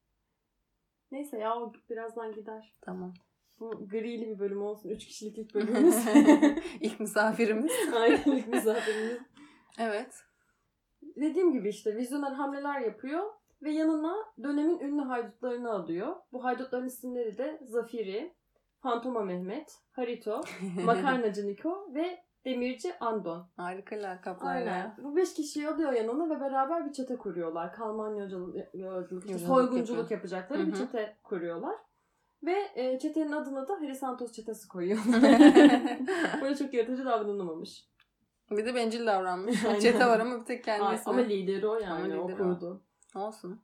Neyse ya o birazdan gider. Tamam. Bu grili bir bölüm olsun. Üç kişilik ilk bölümümüz. İlk misafirimiz. Aynen ilk misafirimiz. Evet. Dediğim gibi işte vizyoner hamleler yapıyor ve yanına dönemin ünlü haydutlarını alıyor. Bu haydutların isimleri de Zafiri, Fantoma Mehmet, Harito, Makarnacı Niko ve Demirci Andon. Harika lakaplar. Aynen. Bu beş kişiyi alıyor yanına ve beraber bir çete kuruyorlar. Kalman yolculuk, yolculuk soygunculuk yapacakları Hı-hı. bir çete kuruyorlar. Ve e, çetenin adına da Hrisantos çetesi koyuyorlar. Böyle çok yaratıcı davranılmamış. Bir de bencil davranmış. Çete var ama bir tek kendisi. Ama lideri o yani. O kurdu. Olsun.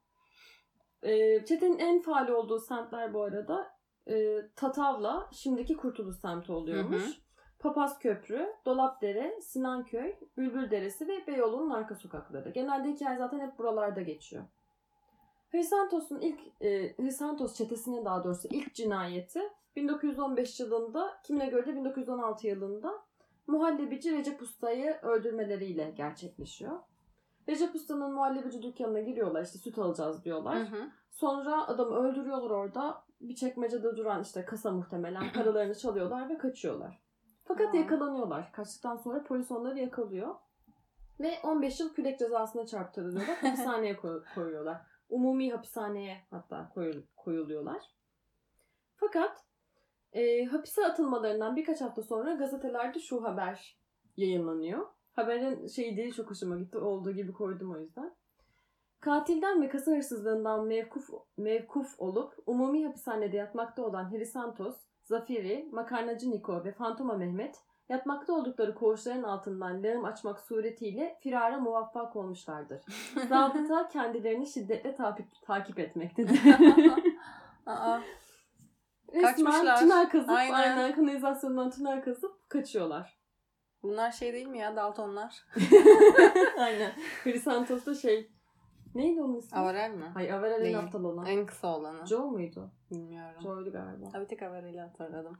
E, çetenin en faal olduğu semtler bu arada e, Tatavla, şimdiki Kurtuluş semti oluyormuş. Hı hı. Papazköprü, Dolapdere, Sinanköy, Bülbülderesi ve Beyoğlu'nun arka sokakları. Genelde hikaye zaten hep buralarda geçiyor. Hrisantos'un ilk, e, Hrisantos çetesinin daha doğrusu ilk cinayeti bin dokuz yüz on beş yılında, kimine göre de bin dokuz yüz on altı yılında muhallebici Recep Usta'yı öldürmeleriyle gerçekleşiyor. Recep Usta'nın muhallebici dükkanına giriyorlar, işte süt alacağız diyorlar. Hı hı. Sonra adamı öldürüyorlar orada. Bir çekmecede duran işte kasa muhtemelen paralarını çalıyorlar ve kaçıyorlar. Fakat Aa. yakalanıyorlar. Kaçtıktan sonra polis onları yakalıyor. Ve on beş yıl kürek cezasına çarptırılıyorlar. Hapishaneye koyuyorlar. Umumi hapishaneye hatta koyuluyorlar. Fakat e, hapise atılmalarından birkaç hafta sonra gazetelerde şu haber yayınlanıyor. Haberin şeyi değil, çok hoşuma gitti. Olduğu gibi koydum o yüzden. Katilden ve kasa hırsızlığından mevkuf, mevkuf olup umumi hapishanede yatmakta olan Hrisantos, Zafiri, Makarnacı Niko ve Fantoma Mehmet yatmakta oldukları koğuşların altından lağım açmak suretiyle firara muvaffak olmuşlardır. Zabıta kendilerini şiddetle takip, takip etmektedir. Aa, resmen tünel kazıp, aynen. aynen kanalizasyondan tünel kazıp kaçıyorlar. Bunlar şey değil mi ya, Daltonlar? Aynen. Hrisantos da şey, neydi onun ismi? Avarel mi? Hayır, Avarel en aptal olan. En kısa olanı. Joe muydu? Bilmiyorum. Joe'ydu galiba. Tabii tek Avarel'i hatırladım.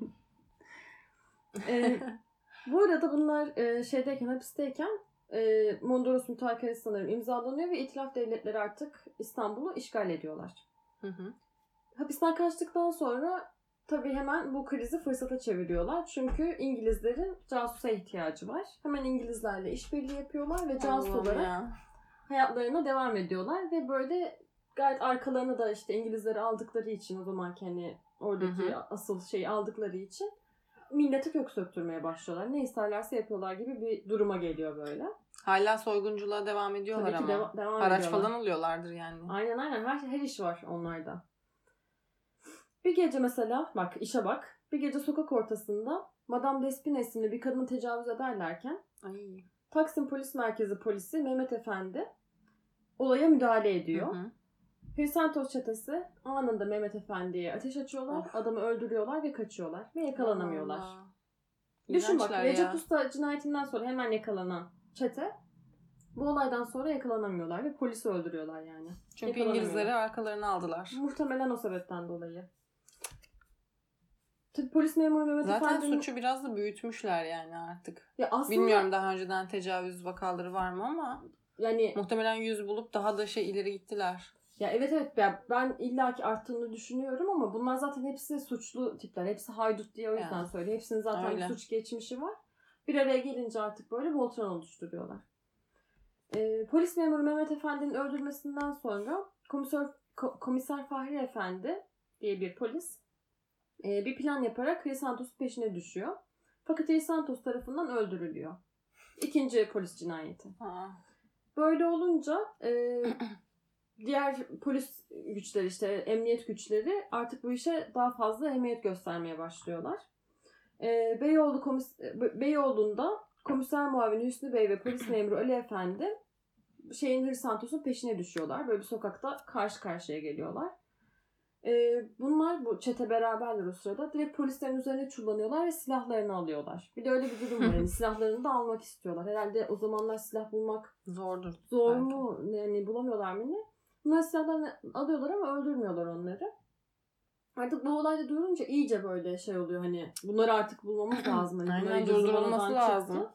ee, bu arada bunlar e, şeydeyken, hapisteyken e, Mondros Mütarekesi sanırım imzalanıyor ve İtilaf Devletleri artık İstanbul'u işgal ediyorlar. Hı hı. Hapisten kaçtıktan sonra tabii hemen bu krizi fırsata çeviriyorlar. Çünkü İngilizlerin casusa ihtiyacı var. Hemen İngilizlerle işbirliği yapıyorlar ve casus Allah'ım olarak ya. hayatlarına devam ediyorlar ve böyle gayet arkalarına da işte İngilizleri aldıkları için, o zamanki hani oradaki hı hı. asıl şeyi aldıkları için millete kök söktürmeye başlıyorlar. Ne isterlerse yapıyorlar gibi bir duruma geliyor böyle. Hala soygunculuğa devam ediyorlar Tabii ki ama. deva- devam Araç ediyorlar. falan alıyorlardır yani. Aynen aynen. Her, her iş var onlarda. Bir gece mesela, bak işe bak. Bir gece sokak ortasında Madame Despina isimli bir kadını tecavüz ederlerken Ay. Taksim Polis Merkezi polisi Mehmet Efendi olaya müdahale ediyor. Hı hı. Hrisantos çetesi anında Mehmet Efendi'ye ateş açıyorlar. Of. Adamı öldürüyorlar ve kaçıyorlar. Ve yakalanamıyorlar. Allah. Düşün bak, İğrençler Recep ya. Usta cinayetinden sonra hemen yakalanan çete bu olaydan sonra yakalanamıyorlar ve polisi öldürüyorlar yani. Çünkü İngilizleri arkalarına aldılar. Muhtemelen o sebepten dolayı. Tabii polis memuru Mehmet Zaten Efendi'nin... suçu biraz da büyütmüş,ler yani artık. Ya aslında... Bilmiyorum daha önceden tecavüz vakaları var mı ama yani muhtemelen yüz bulup daha da şey ileri gittiler. Ya evet evet ya ben illaki arttığını düşünüyorum ama bunlar zaten hepsi suçlu tipler. Hepsi haydut diye o yüzden Yani. söylüyor. Hepsinin zaten Öyle. bir suç geçmişi var. Bir araya gelince artık böyle voltran oluşturuyorlar. Ee, polis memuru Mehmet Efendi'nin öldürmesinden sonra komiser, ko- komiser Fahri Efendi diye bir polis e, bir plan yaparak Hrisantos'un peşine düşüyor. Fakat Hrisantos tarafından öldürülüyor. İkinci polis cinayeti. Ha. Böyle olunca e, diğer polis güçleri işte emniyet güçleri artık bu işe daha fazla ehemmiyet göstermeye başlıyorlar. E, Beyoğlu komis Beyoğlu'nda komiser muavini Hüsnü Bey ve polis memuru Ali Efendi şeyin Hrisantos'un peşine düşüyorlar. Böyle bir sokakta karşı karşıya geliyorlar. Ee, bunlar bu çete beraberler o sırada. Direkt polislerin üzerine çullanıyorlar ve silahlarını alıyorlar. Bir de öyle bir durum var. Yani silahlarını da almak istiyorlar. Herhalde o zamanlar silah bulmak Zordur. zor belki. mu? Yani bulamıyorlar mı ne? Bunlar silahlarını alıyorlar ama öldürmüyorlar onları. Artık bu olayda duyulunca iyice böyle şey oluyor hani bunları artık bulmamız lazım. Hani bunlar Aynen, iyice durdurulması zıvanadan lazım. çıktı.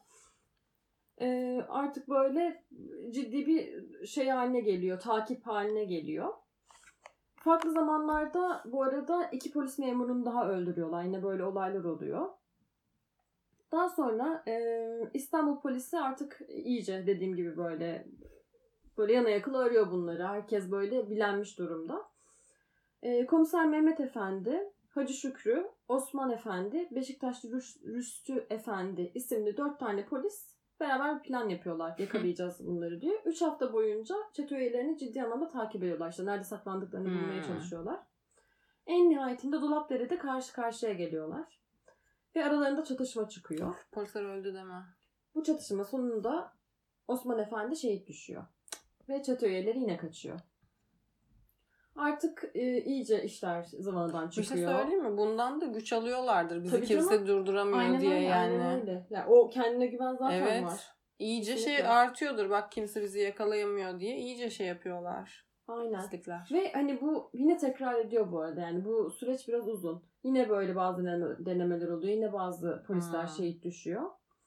Ee, artık böyle ciddi bir şey haline geliyor. Takip haline geliyor. Farklı zamanlarda bu arada iki polis memurunu daha öldürüyorlar. Yine böyle olaylar oluyor. Daha sonra e, İstanbul polisi artık iyice dediğim gibi böyle böyle yana yakıla arıyor bunları. Herkes böyle bilenmiş durumda. E, Komiser Mehmet Efendi, Hacı Şükrü, Osman Efendi, Beşiktaşlı Rüs- Rüstü Efendi isimli dört tane polis beraber bir plan yapıyorlar. Yakalayacağız bunları diye. Üç hafta boyunca çete üyelerini ciddi anlamda takip ediyorlar. İşte nerede saklandıklarını Hmm. bulmaya çalışıyorlar. En nihayetinde Dolapdere'de karşı karşıya geliyorlar. Ve aralarında çatışma çıkıyor. Of, polisler öldü deme. Bu çatışma sonunda Osman Efendi şehit düşüyor. Ve çete üyeleri yine kaçıyor. Artık e, iyice işler zıvanadan çıkıyor. Bir şey söyleyeyim mi? Bundan da güç alıyorlardır. Bizi Tabii kimse canım. durduramıyor Aynen diye öyle, yani. aynen öyle. Yani o kendine güven zaten Evet. var. İyice Kesinlikle. şey artıyordur. Bak kimse bizi yakalayamıyor diye iyice şey yapıyorlar. Aynen. İstikler. Ve hani bu yine tekrar ediyor bu arada. Yani bu süreç biraz uzun. Yine böyle bazı deneme- denemeler oluyor. Yine bazı polisler Hmm. şehit düşüyor.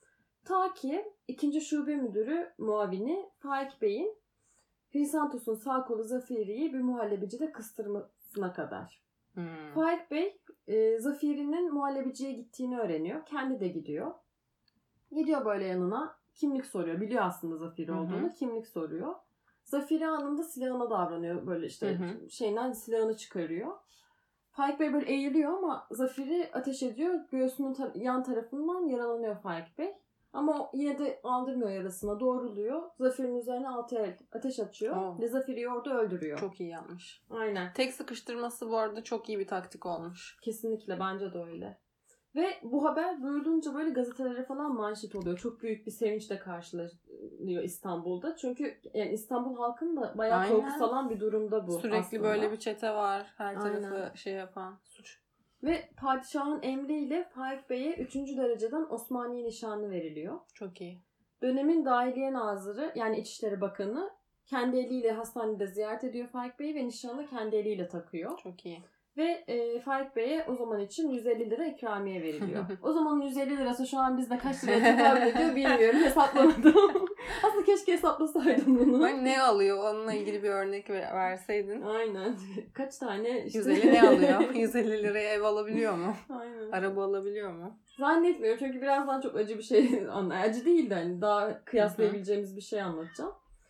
Ta ki ikinci şube müdürü muavini Faik Bey'in Hrisantos'un sağ kolu Zafiri'yi bir muhallebicide kıstırmasına kadar. Hmm. Faik Bey e, Zafiri'nin muhallebiciye gittiğini öğreniyor. Kendi de gidiyor. Gidiyor böyle yanına. Kimlik soruyor. Biliyor aslında Zafiri Hı hı. olduğunu. Kimlik soruyor. Zafiri anında silahına davranıyor. Böyle işte Hı hı. şeyden silahını çıkarıyor. Faik Bey böyle eğiliyor ama Zafiri ateş ediyor. Göğsünün ta- yan tarafından yaralanıyor Faik Bey. Ama o yine de aldırmıyor yarasına. Doğruluyor. Zafir'in üzerine altı el ateş açıyor. Oh. Ve Zafir'i orada öldürüyor. Çok iyi yapmış. Aynen. Tek sıkıştırması bu arada çok iyi bir taktik olmuş. Kesinlikle bence de öyle. Ve bu haber duyulunca böyle gazetelere falan manşet oluyor. Çok büyük bir sevinçle karşılanıyor İstanbul'da. Çünkü yani İstanbul halkının da bayağı Aynen. korku salan bir durumda bu Sürekli aslında. böyle bir çete var. Her tarafı Aynen. şey yapan suç. Ve padişahın emriyle Faik Bey'e üçüncü dereceden Osmaniye nişanı veriliyor. Çok iyi. Dönemin Dahiliye Nazırı yani İçişleri Bakanı kendi eliyle hastanede ziyaret ediyor Faik Bey'i ve nişanı kendi eliyle takıyor. Çok iyi. Ve e, Faik Bey'e o zaman için yüz elli lira ikramiye veriliyor. O zamanın yüz elli lirası şu an bizde kaç liraya tekabül ediyor bilmiyorum. Hesaplamadım. Aslında keşke hesaplasaydım bunu. Ben ne alıyor? Onunla ilgili bir örnek ver- verseydin. Aynen. Kaç tane işte. yüz elli ne alıyor? yüz elli liraya ev alabiliyor mu? Aynen. Araba alabiliyor mu? Zannetmiyorum çünkü birazdan çok acı bir şey anla. Acı değil de hani daha kıyaslayabileceğimiz bir şey anlatacağım.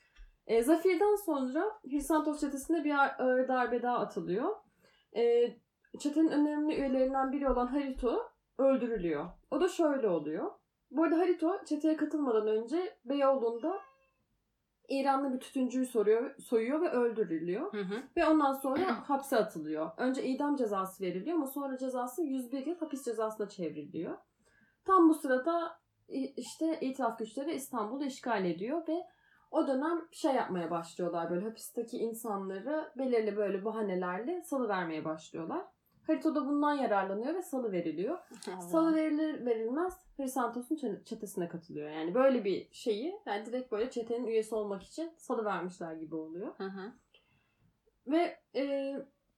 E, Zafir'den sonra Hrisantos çetesine bir ağır darbe daha atılıyor. E, çetenin önemli üyelerinden biri olan Harito öldürülüyor. O da şöyle oluyor. Bu arada Harito çeteye katılmadan önce Beyoğlu'nda İranlı bir tütüncüyü soruyor, soyuyor ve öldürülüyor. Hı hı. Ve ondan sonra hapse atılıyor. Önce idam cezası veriliyor ama sonra cezası yüz bir yıl hapis cezasına çevriliyor. Tam bu sırada işte itilaf güçleri İstanbul'u işgal ediyor ve o dönem şey yapmaya başlıyorlar, böyle hapisteki insanları belirli böyle bahanelerle salıvermeye başlıyorlar. Harito da bundan yararlanıyor ve salı veriliyor. Allah. Salı verilir verilmez Hrisantos'un çetesine katılıyor. Yani böyle bir şeyi, yani direkt böyle çetenin üyesi olmak için salı vermişler gibi oluyor. Hı hı. Ve e,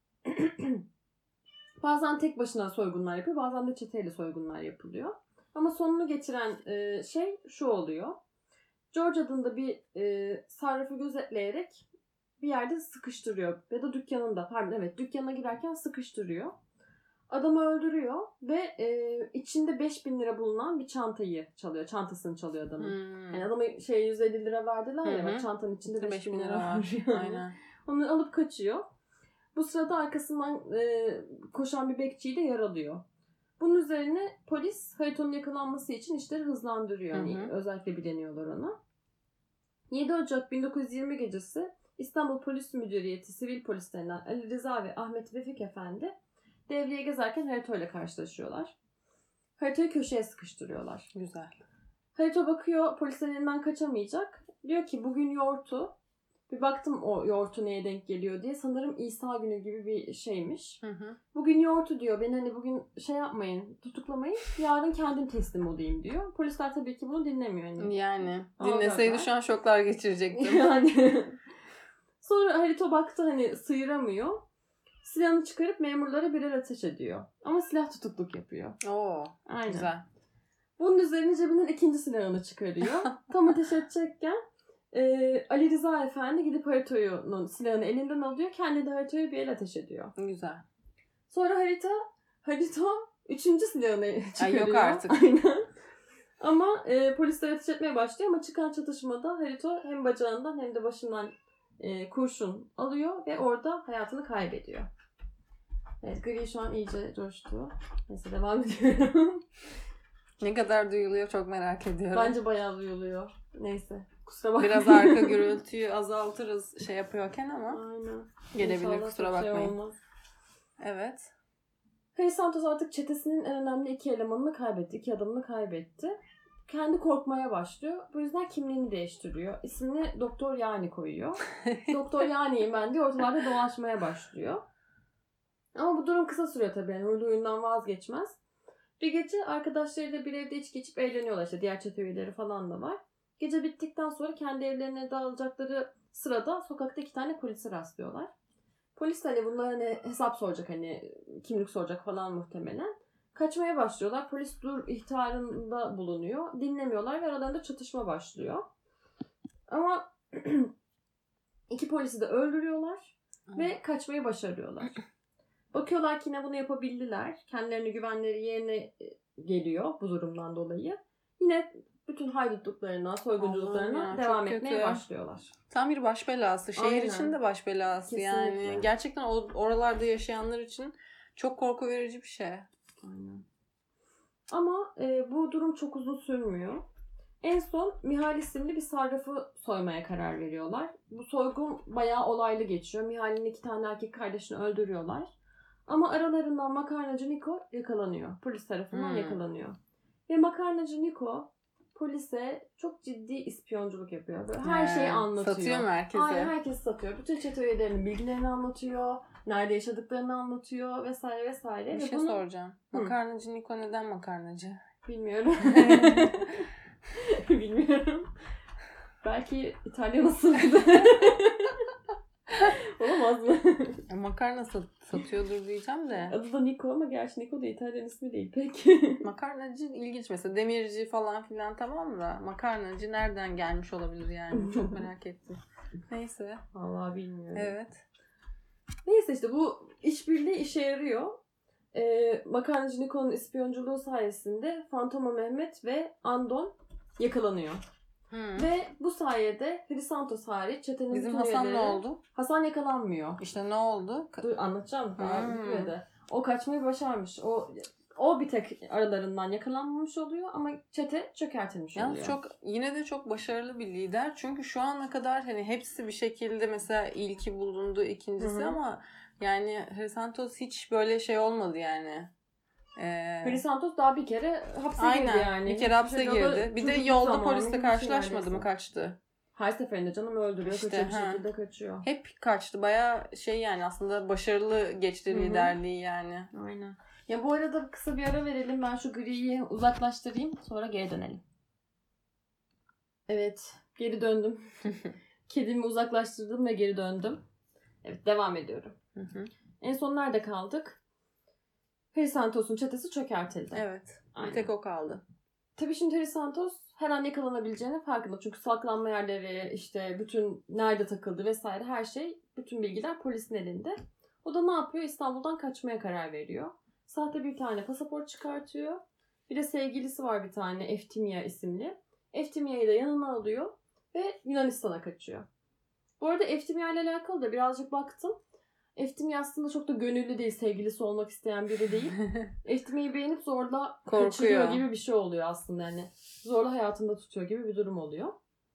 bazen tek başına soygunlar yapıyor, bazen de çeteyle soygunlar yapılıyor. Ama sonunu getiren e, şey şu oluyor. George adında bir e, sarrafı gözetleyerek bir yerde sıkıştırıyor. Ya da dükkanında, pardon evet dükkanına girerken sıkıştırıyor. Adamı öldürüyor ve e, içinde beş bin lira bulunan bir çantayı çalıyor. Çantasını çalıyor adamın. Hmm. Yani adama şey yüz elli lira verdiler ya, bak çantanın içinde beş bin lira var. Yani. Aynen. Onu alıp kaçıyor. Bu sırada arkasından e, koşan bir bekçiyi de yaralıyor. Bunun üzerine polis Harito'nun yakalanması için işleri hızlandırıyor. Yani hı hı. Özellikle bileniyorlar ona. yedi Ocak bin dokuz yüz yirmi gecesi İstanbul Polis Müdüriyeti sivil polislerinden Ali Rıza ve Ahmet Vefik Efendi devreye gezerken Harito ile karşılaşıyorlar. Harito'yu köşeye sıkıştırıyorlar. Güzel. Harito bakıyor polislerin elinden kaçamayacak. Diyor ki bugün yortu. Bir baktım o yoğurtu neye denk geliyor diye. Sanırım İsa günü gibi bir şeymiş. Hı hı. Bugün yoğurtu diyor. Beni hani bugün şey yapmayın, tutuklamayın. Yarın kendim teslim olayım diyor. Polisler tabii ki bunu dinlemiyor. Yani, yani dinleseydi şu an şoklar geçirecektim. Yani. Sonra Harito baktı hani sıyıramıyor. Silahını çıkarıp memurlara birer ateş ediyor. Ama silah tutukluk yapıyor. Oo, aynen. Güzel. Bunun üzerine cebinden ikinci silahını çıkarıyor. Tam ateş edecekken Ee, Ali Rıza Efendi gidip Harito'nun silahını elinden alıyor. Kendi de Harito'ya bir el ateş ediyor. Güzel. Sonra Harito, Harito üçüncü silahını çıkarıyor. Ay yok artık. Aynen. Ama e, polisler ateş etmeye başlıyor ama çıkan çatışmada Harito hem bacağından hem de başından e, kurşun alıyor ve orada hayatını kaybediyor. Evet, gri şu an iyice coştu. Neyse devam ediyorum. Ne kadar duyuluyor çok merak ediyorum. Bence bayağı duyuluyor. Neyse. Kusura bakmayın. Biraz arka gürültüyü azaltırız şey yapıyorken ama. Aynen. Gelebilir, İnşallah kusura bakmayın. Şey olmaz. Evet. Hrisantos artık çetesinin en önemli iki elemanını kaybetti. iki adamını kaybetti. Kendi korkmaya başlıyor. Bu yüzden kimliğini değiştiriyor. İsmini Doktor Yani koyuyor. Doktor Yani'yim ben diye ortalarda dolaşmaya başlıyor. Ama bu durum kısa sürüyor tabii. Yani huylu oyundan vazgeçmez. Bir gece arkadaşlarıyla bir evde içki içip eğleniyorlar. İşte diğer çete üyeleri falan da var. Gece bittikten sonra kendi evlerine dağılacakları sırada sokakta iki tane polise rastlıyorlar. Polis hani bunlar hani hesap soracak, hani kimlik soracak falan muhtemelen. Kaçmaya başlıyorlar. Polis dur ihtarında bulunuyor. Dinlemiyorlar ve aralarında çatışma başlıyor. Ama iki polisi de öldürüyorlar ve kaçmayı başarıyorlar. Bakıyorlar ki yine bunu yapabildiler. Kendilerine güvenleri yerine geliyor bu durumdan dolayı. Yine bütün haydutluklarına, soygunculuklarına ya, devam etmeye kötü. başlıyorlar. Tam bir baş belası. Şehir Aynen. için de baş belası. Kesinlikle. Yani gerçekten oralarda yaşayanlar için çok korku verici bir şey. Aynen. Ama e, bu durum çok uzun sürmüyor. En son Mihal isimli bir sarrafı soymaya karar veriyorlar. Bu soygun bayağı olaylı geçiyor. Mihal'in iki tane erkek kardeşini öldürüyorlar. Ama aralarından makarnacı Niko yakalanıyor. Polis tarafından hmm. yakalanıyor. Ve makarnacı Niko polise çok ciddi ispiyonculuk yapıyor. Böyle her şeyi anlatıyor. Satıyor mu herkese? Aynen, herkes satıyor. Bütün çete üyelerinin bilgilerini anlatıyor. Nerede yaşadıklarını anlatıyor vesaire vesaire. Bir Ve şey bunu... soracağım. Hı. Makarnacı Niko neden makarnacı? Bilmiyorum. Bilmiyorum. Belki İtalyan usulüydü. Olamaz mı? Makarna sat- satıyordur diyeceğim de. Adı da Niko ama gerçi Niko da İtalyan ismi değil. Peki. Makarnacı ilginç mesela. Demirci falan filan tamam da makarnacı nereden gelmiş olabilir yani? Çok merak ettim. Neyse. Vallahi bilmiyorum. Evet. Neyse işte bu işbirliği işe yarıyor. Ee, makarnacı Niko'nun ispiyonculuğu sayesinde Fantoma Mehmet ve Andon yakalanıyor. Hmm. Ve bu sayede Hrisantos hariç çetenin Bizim Hasan üyeleri... ne oldu? Hasan yakalanmıyor. İşte ne oldu? Dur anlatacağım. Daha hmm. bitmedi. O kaçmayı başarmış. O o bir tek aralarından yakalanmamış oluyor ama çete çökertilmiş Yalnız oluyor. çok yine de çok başarılı bir lider. Çünkü şu ana kadar hani hepsi bir şekilde mesela ilki bulundu, ikincisi, Hı-hı. ama yani Harry Santos hiç böyle şey olmadı yani. Ee, Harry Santos daha bir kere hapse aynen, girdi yani. bir kere hapse Hiçbir şey- o da girdi. Bir de çocukluk yolda zamanı gibi polisle bir şey karşılaşmadı mı, neredeyse. kaçtı. Her seferinde canım öldürüyor, İşte, kaçıyor bir ha. şekilde kaçıyor. Hep kaçtı. Bayağı şey yani aslında başarılı geçti Hı-hı. liderliği yani. Aynen. Ya bu arada kısa bir ara verelim. Ben şu griyi uzaklaştırayım. Sonra geri dönelim. Evet. Geri döndüm. Kedimi uzaklaştırdım ve geri döndüm. Evet. Devam ediyorum. Hı hı. En son nerede kaldık? Harry Santos'un çetesi çökertildi. Evet. Aynen. Bir tek o kaldı. Tabii şimdi Harry Santos her an yakalanabileceğinin farkında. Çünkü saklanma yerleri, işte bütün nerede takıldı vesaire her şey, bütün bilgiler polisin elinde. O da ne yapıyor? İstanbul'dan kaçmaya karar veriyor. Sahte bir tane pasaport çıkartıyor. Bir de sevgilisi var bir tane, Eftimia isimli. Eftimia'yı da yanına alıyor ve Yunanistan'a kaçıyor. Bu arada Eftimia ile alakalı da birazcık baktım. Eftimia aslında çok da gönüllü değil, sevgilisi olmak isteyen biri değil. Eftimia'yı beğenip zorla Korkuyor. kaçırıyor gibi bir şey oluyor aslında. Yani zorla hayatında tutuyor gibi bir durum oluyor.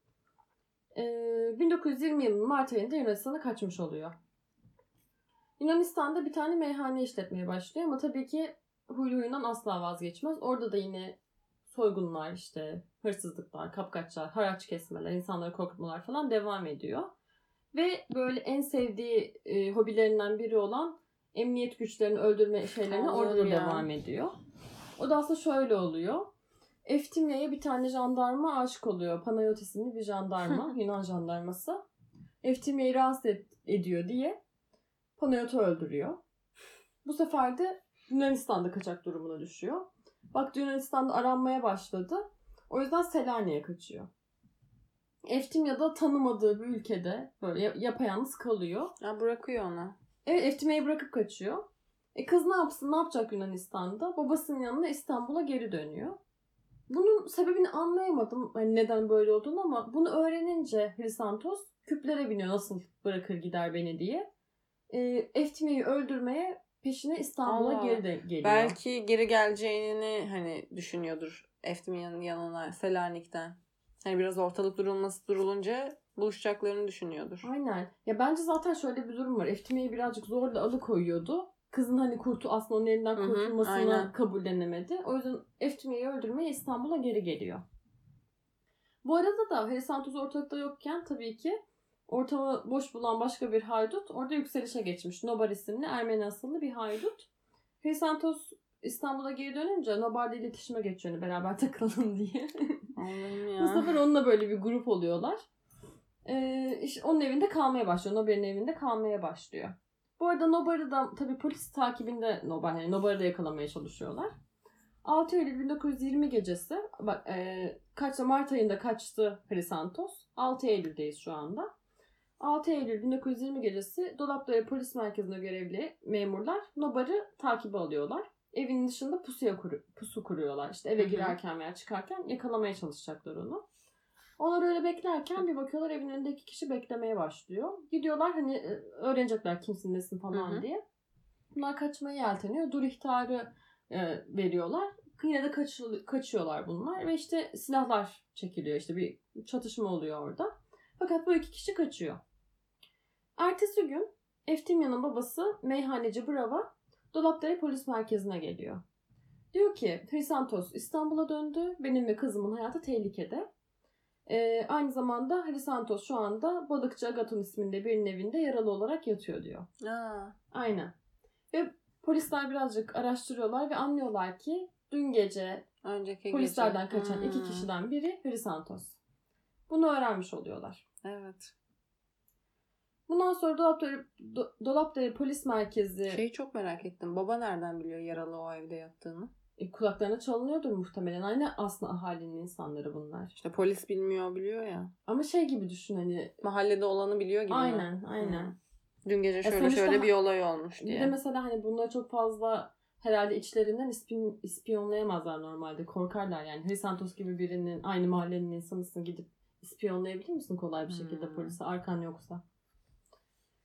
Ee, bin dokuz yüz yirmi yılının Mart ayında Yunanistan'a kaçmış oluyor. Yunanistan'da bir tane meyhane işletmeye başlıyor ama tabii ki huylu huyundan asla vazgeçmez. Orada da yine soygunlar, işte hırsızlıklar, kapkaçlar, haraç kesmeler, insanları korkutmalar falan devam ediyor. Ve böyle en sevdiği e, hobilerinden biri olan emniyet güçlerini öldürme şeylerine Allah'ım orada da ya. devam ediyor. O da aslında şöyle oluyor. Eftimia'ya bir tane jandarma aşık oluyor. Panayotis isimli bir jandarma, Yunan jandarması. Eftimia'yı rahatsız ed- ediyor diye Panayot'u öldürüyor. Bu sefer de Yunanistan'da kaçak durumuna düşüyor. Baktı Yunanistan'da aranmaya başladı. O yüzden Selanik'e kaçıyor. Eftimia'da tanımadığı bir ülkede böyle yapayalnız kalıyor. Ya bırakıyor onu. Evet, Eftimia'yı bırakıp kaçıyor. E kız ne yapsın, ne yapacak Yunanistan'da? Babasının yanına İstanbul'a geri dönüyor. Bunun sebebini anlayamadım hani neden böyle olduğunu ama bunu öğrenince Harry Santos küplere biniyor nasıl bırakır gider beni diye. E, Eftimia'yı öldürmeye peşine İstanbul'a Allah. geri de geliyor. Belki geri geleceğini hani düşünüyordur Eftimia'nın yanına Selanik'ten. Hani biraz ortalık durulması durulunca buluşacaklarını düşünüyordur. Aynen. Ya bence zaten şöyle bir durum var. Eftimia'yı birazcık zorla alıkoyuyordu. Kızın hani kurtu aslında onun elinden Hı hı, kurtulmasını aynen. kabullenemedi. O yüzden Eftimia'yı öldürmeye İstanbul'a geri geliyor. Bu arada da Harry Santos ortalıkta yokken tabii ki ortamı boş bulan başka bir haydut orada yükselişe geçmiş. Nobar isimli Ermeni asıllı bir haydut. Harry Santos İstanbul'a geri dönünce Nobar'la iletişime geçiyor hani beraber takılalım diye. Allah'ım ya. Bu sefer onunla böyle bir grup oluyorlar. Ee, işte onun evinde kalmaya başlıyor. Nobar'ın evinde kalmaya başlıyor. Bu arada Nobar'ı da tabii polis takibinde Nobar. Yani Nobar'ı da yakalamaya çalışıyorlar. altı Eylül bin dokuz yüz yirmi gecesi. Bak e, kaçta Mart ayında kaçtı Harry Santos. altı Eylül'deyiz şu anda. altı Eylül bin dokuz yüz yirmi gecesi Dolapdere Polis Merkezi'nde görevli memurlar Nobar'ı takibe alıyorlar. Evinin dışında pusuya kuru, pusu kuruyorlar. İşte eve girerken veya çıkarken yakalamaya çalışacaklar onu. Onlar öyle beklerken bir bakıyorlar evin önünde iki kişi beklemeye başlıyor. Gidiyorlar hani öğrenecekler kimsin nesin falan Hı hı. diye. Bunlar kaçmaya yelteniyor. Dur ihtarı e, veriyorlar. Yine de kaç, kaçıyorlar bunlar ve işte silahlar çekiliyor. İşte bir çatışma oluyor orada. Fakat bu iki kişi kaçıyor. Ertesi gün Eftimia'nın babası meyhaneci Brava Dolapdere Polis Merkezi'ne geliyor. Diyor ki Harry Santos İstanbul'a döndü. Benim ve kızımın hayatı tehlikede. Ee, aynı zamanda Harry Santos şu anda balıkçı Agaton isminde birinin evinde yaralı olarak yatıyor diyor. Aa. Aynen. Ve polisler birazcık araştırıyorlar ve anlıyorlar ki dün gece Önceki polislerden gece. kaçan Hmm. iki kişiden biri Harry Santos. Bunu öğrenmiş oluyorlar. Evet. Bundan sonra Dolapdere, Do- Dolapdere Polis Merkezi Şeyi çok merak ettim. Baba nereden biliyor yaralı o evde yattığını? e, kulaklarına çalınıyordur muhtemelen. Aynı aslında ahalinin insanları bunlar. İşte polis bilmiyor biliyor ya. Ama şey gibi düşün hani. Mahallede olanı biliyor gibi Aynen, mi? aynen. Hmm. Dün gece E şöyle sonuçta şöyle ha- bir olay olmuş diye. Bir de mesela hani bunları çok fazla herhalde içlerinden ispiyon, ispiyonlayamazlar normalde. Korkarlar yani. Harry Santos gibi birinin aynı mahallenin insanısın gidip ispiyonlayabilir misin kolay bir şekilde Hmm. polise arkan yoksa?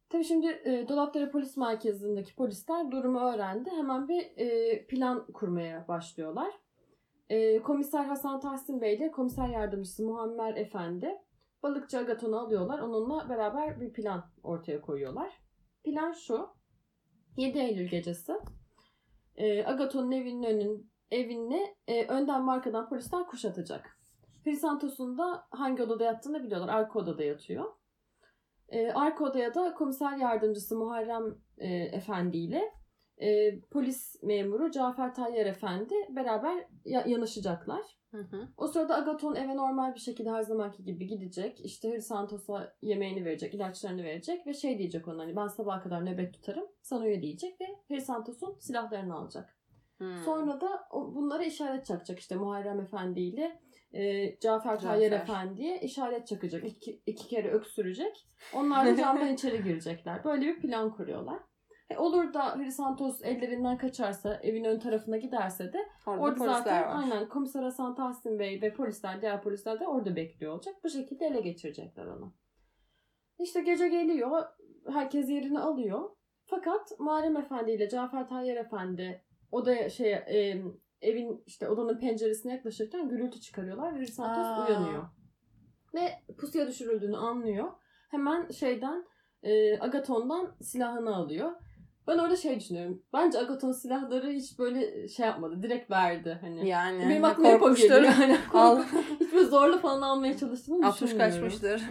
Tabii şimdi e, Dolapdere Polis Merkezi'ndeki polisler durumu öğrendi. Hemen bir e, plan kurmaya başlıyorlar. E, Komiser Hasan Tahsin Bey ile Komiser Yardımcısı Muammer Efendi balıkçı Agaton'u alıyorlar. Onunla beraber bir plan ortaya koyuyorlar. Plan şu. yedi Eylül gecesi e, Agaton'un evinin önün, evini e, önden ve arkadan polisler kuşatacak. Hrisantos'un da hangi odada yattığını biliyorlar. Arka odada yatıyor. E, arka odaya da komiser yardımcısı Muharrem e, Efendi ile e, polis memuru Cafer Tayyar Efendi beraber ya- yanışacaklar. Hı hı. O sırada Agaton eve normal bir şekilde her zamanki gibi gidecek. İşte Hrisantos'a yemeğini verecek, ilaçlarını verecek ve şey diyecek ona, hani ben sabaha kadar nöbet tutarım, sen uyu diyecek ve Hrisantos'un silahlarını alacak. Hmm. Sonra da o, bunlara işaret çakacak, işte Muharrem Efendi ile e, Cafer Tayyar Efendi'ye işaret çakacak. İki, iki kere öksürecek. Onlar da camdan içeri girecekler. Böyle bir plan kuruyorlar. E, olur da Hrisantos ellerinden kaçarsa, evin ön tarafına giderse de orada, orada polisler zaten var. aynen Komiser Hasan Tahsin Bey ve polisler, diğer polisler de orada bekliyor olacak. Bu şekilde ele geçirecekler onu. İşte gece geliyor. Herkes yerini alıyor. Fakat Muharrem Efendi ile Cafer Tayyar Efendi odaya şey e, evin işte odanın penceresine yaklaşırken gürültü çıkarıyorlar ve Hrisantos uyanıyor. Ve pusuya düşürüldüğünü anlıyor. Hemen şeyden e, Agaton'dan silahını alıyor. Ben orada şey düşünüyorum. Bence Agaton silahları hiç böyle şey yapmadı. Direkt verdi. Hani. Yani benim aklıma hep o geliyor. Yani Al. hiç böyle zorla falan almaya çalıştığını altmış düşünmüyorum. kaçmıştır.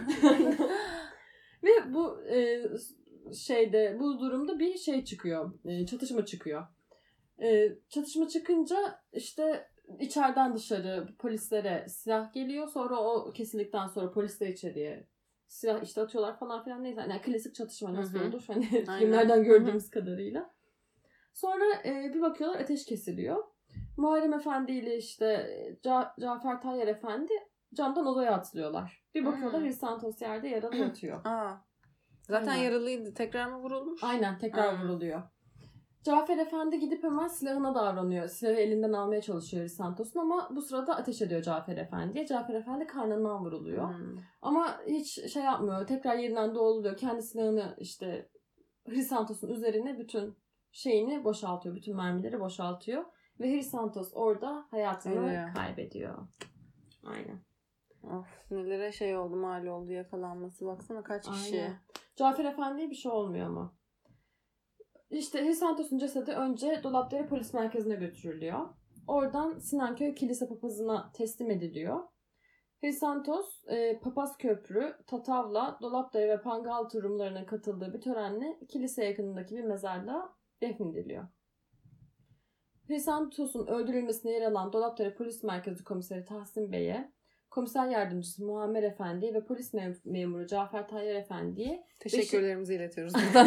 Ve bu e, şeyde bu durumda bir şey çıkıyor. E, çatışma çıkıyor. E, çatışma çıkınca işte içeriden dışarı polislere silah geliyor. Sonra o kesildikten sonra polisler içeriye silah işte atıyorlar falan filan, neyse. Yani klasik çatışma nasıl Hı hı. olur? Hani Aynen. filmlerden gördüğümüz Hı hı. kadarıyla. Sonra e, bir bakıyorlar ateş kesiliyor. Muharrem Efendi ile işte Ca- Cafer Tayyar Efendi camdan odaya atlıyorlar. Bir bakıyorlar Hrisantos yerde yaralı yatıyor. Aa. Zaten Aynen. yaralıydı. Tekrar mı vurulmuş? Aynen, tekrar Aa. vuruluyor. Cafer Efendi gidip hemen silahına davranıyor. Silahı elinden almaya çalışıyor Hrisantos'un ama bu sırada ateş ediyor Cafer Efendi'ye. Cafer Efendi karnından vuruluyor. Hmm. Ama hiç şey yapmıyor. Tekrar yerinden doğruluyor. Kendi silahını işte Hrisantos'un üzerine bütün şeyini boşaltıyor. Bütün mermileri boşaltıyor. Ve Hrisantos orada hayatını Ölüyor. kaybediyor. Aynen. Of, nelere şey oldu, mal oldu yakalanması. Baksana kaç kişi. Aynen. Cafer Efendi'ye bir şey olmuyor ama. İşte Hrisantos'un cesedi önce Dolapdere Polis Merkezi'ne götürülüyor. Oradan Sinanköy Kilise Papazı'na teslim ediliyor. Hrisantos, e, Papaz Köprü, Tatavla, Dolapdere ve Pangaltı Rumlarının katıldığı bir törenle kilise yakınındaki bir mezarlığa defnediliyor. Hrisantos'un öldürülmesine yer alan Dolapdere Polis Merkezi Komiseri Tahsin Bey'e, Komiser Yardımcısı Muammer Efendi ve polis mem- memuru Cafer Tayyar Efendi'ye teşekkürlerimizi iletiyoruz buradan.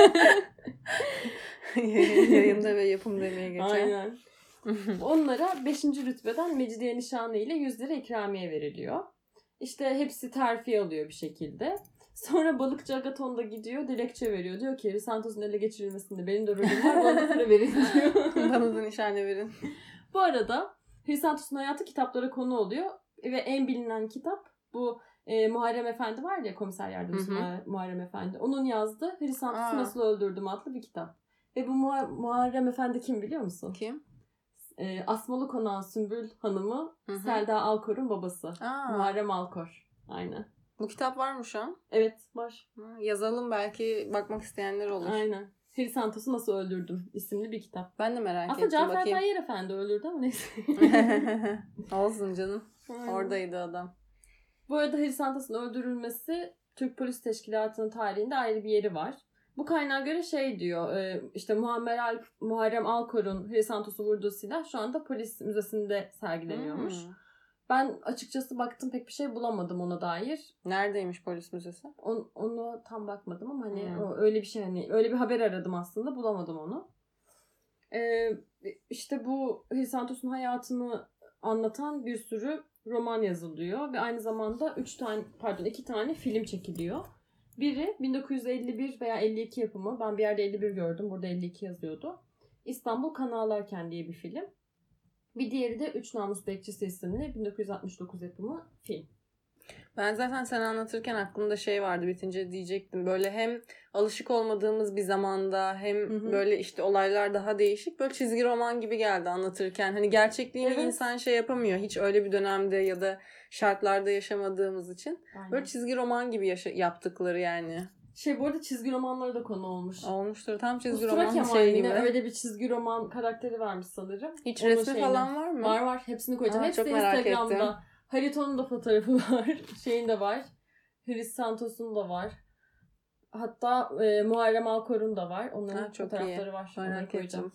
Yayında ve yapım demeye geçen. Aynen. Onlara beşinci rütbeden Mecidiye Nişanı ile yüz lira ikramiye veriliyor. İşte hepsi terfi alıyor bir şekilde. Sonra balıkçı Agaton da gidiyor, dilekçe veriyor. Diyor ki Hrisantos'un ele geçirilmesinde benim de rolüm var, bana da para verin diyor. Bana da nişane verin. Bu arada Hrisantos'un hayatı kitaplara konu oluyor. Ve en bilinen kitap bu e, Muharrem Efendi var ya, komiser yardımcısı Muharrem, Muharrem Efendi. Onun yazdığı Hrisantos'u Nasıl Öldürdüm adlı bir kitap. Ve bu Muha- Muharrem Efendi kim biliyor musun? Kim? E, Asmalı Konağın Sümbül Hanımı, Hı hı. Selda Alkor'un babası. Aa. Muharrem Alkor. Aynen. Bu kitap var mı şu an? Evet, var. Ha, yazalım, belki bakmak isteyenler olur. Aynen. Hrisantos'u Nasıl Öldürdüm isimli bir kitap. Ben de merak Aslında ettim, Cafer bakayım. Tayyar Efendi öldürdü ama neyse. Olsun canım. Aynen. Oradaydı adam. Bu arada Hrisantos'un öldürülmesi Türk Polis Teşkilatı'nın tarihinde ayrı bir yeri var. Bu kaynağa göre şey diyor, işte Muammer Al- Muharrem Alkor'un Hrisantos'u vurduğu silah şu anda polis müzesinde sergileniyormuş. Hmm. Ben açıkçası baktım, pek bir şey bulamadım ona dair. Neredeymiş polis müzesi? On, onu tam bakmadım ama hani Hmm. o, öyle bir şey, hani öyle bir haber aradım aslında, bulamadım onu. Ee, işte bu Hrisantos'un hayatını anlatan bir sürü roman yazılıyor ve aynı zamanda üç tane pardon iki tane film çekiliyor. Biri bin dokuz yüz elli bir veya elli iki yapımı. Ben bir yerde elli bir gördüm. Burada elli iki yazıyordu. İstanbul Kan Ağlarken diye bir film. Bir diğeri de Üç Namus Bekçisi isimli bin dokuz yüz altmış dokuz yapımı film. Ben zaten sen anlatırken aklımda şey vardı, bitince diyecektim. Böyle hem alışık olmadığımız bir zamanda hem hı hı. böyle işte olaylar daha değişik. Böyle çizgi roman gibi geldi anlatırken. Hani gerçekliğini evet. insan şey yapamıyor. Hiç öyle bir dönemde ya da şartlarda yaşamadığımız için. Aynen. Böyle çizgi roman gibi yaşa- yaptıkları yani. Şey bu arada çizgi romanlara da konu olmuş. Olmuştur. Tam çizgi Ustura roman Kemal şey gibi. Öyle bir çizgi roman karakteri varmış sanırım. Hiç Onun resmi şeyini. falan var mı? Var var. Hepsini koyacağım. Aa, Hepsi Instagram'da. Ettim. Harito'nun da fotoğrafı var. Şeyin de var. Hris Santos'un da var. Hatta e, Muharrem Alkor'un da var. Onların ha, fotoğrafları iyi. var. Merak ettim.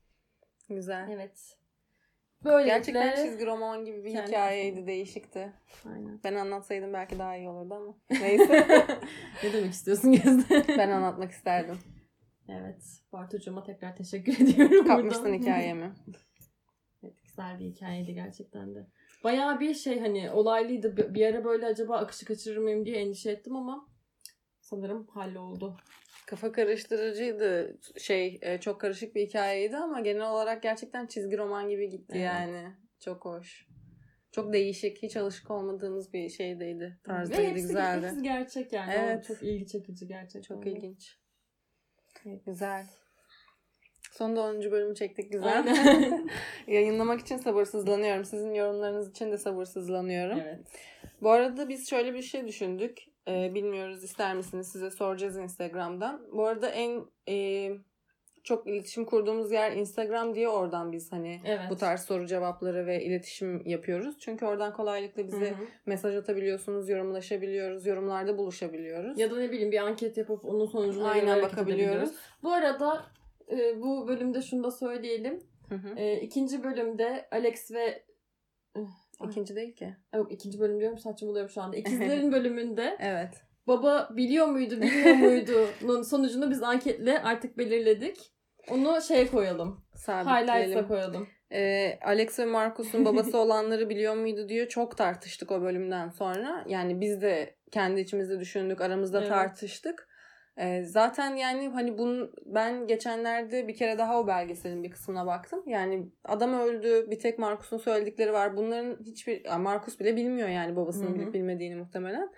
Güzel. Evet. Böylelikle... Gerçekten çizgi roman gibi bir Kendi hikayeydi. Değişikti. Aynen. Ben anlatsaydım belki daha iyi olurdu ama. Neyse. Ne demek istiyorsun Gözde? Ben anlatmak isterdim. Evet. Bartucuğuma tekrar teşekkür ediyorum. Kapmışsın hikayemi. Evet, güzel bir hikayeydi gerçekten de. Bayağı bir şey hani olaylıydı. Bir ara böyle acaba akışı kaçırır mıyım diye endişe ettim ama sanırım halloldu. Kafa karıştırıcıydı. Şey çok karışık bir hikayeydi ama genel olarak gerçekten çizgi roman gibi gitti evet. yani. Çok hoş. Çok değişik. Hiç alışık olmadığımız bir şeydeydi. Tarzdaydı. Ve hepsi, güzeldi. hepsi gerçek yani. Evet. Çok ilgi çekici gerçekten. Çok ilginç. Evet. Güzel. Sonunda onuncu bölümü çektik. Güzel. Yayınlamak için sabırsızlanıyorum. Sizin yorumlarınız için de sabırsızlanıyorum. Evet. Bu arada biz şöyle bir şey düşündük. Ee, bilmiyoruz, ister misiniz? Size soracağız Instagram'dan. Bu arada en e, çok iletişim kurduğumuz yer Instagram diye oradan biz hani evet. bu tarz soru cevapları ve iletişim yapıyoruz. Çünkü oradan kolaylıkla bize Hı-hı. mesaj atabiliyorsunuz, yorumlaşabiliyoruz, yorumlarda buluşabiliyoruz. Ya da ne bileyim bir anket yapıp onun sonucuna Aynen bakabiliyoruz. Bu arada e, bu bölümde şunu da söyleyelim. E, ikinci bölümde Alex ve İkinci değil ki. Yok ikinci bölüm diyorum saçmalıyorum şu anda. İkizlerin bölümünde evet. baba biliyor muydu bilmiyor muydu sonucunu biz anketle artık belirledik. Onu şeye koyalım. Highlights'a koyalım. Ee, Alex ve Marcus'un babası olanları biliyor muydu diyor. Çok tartıştık o bölümden sonra. Yani biz de kendi içimizde düşündük. Aramızda evet. tartıştık. Ee, zaten yani hani bunu ben geçenlerde bir kere daha o belgeselin bir kısmına baktım. Yani adam öldü. Bir tek Marcus'un söyledikleri var. Bunların hiçbir... Marcus bile bilmiyor yani babasının Hı-hı. bilip bilmediğini muhtemelen.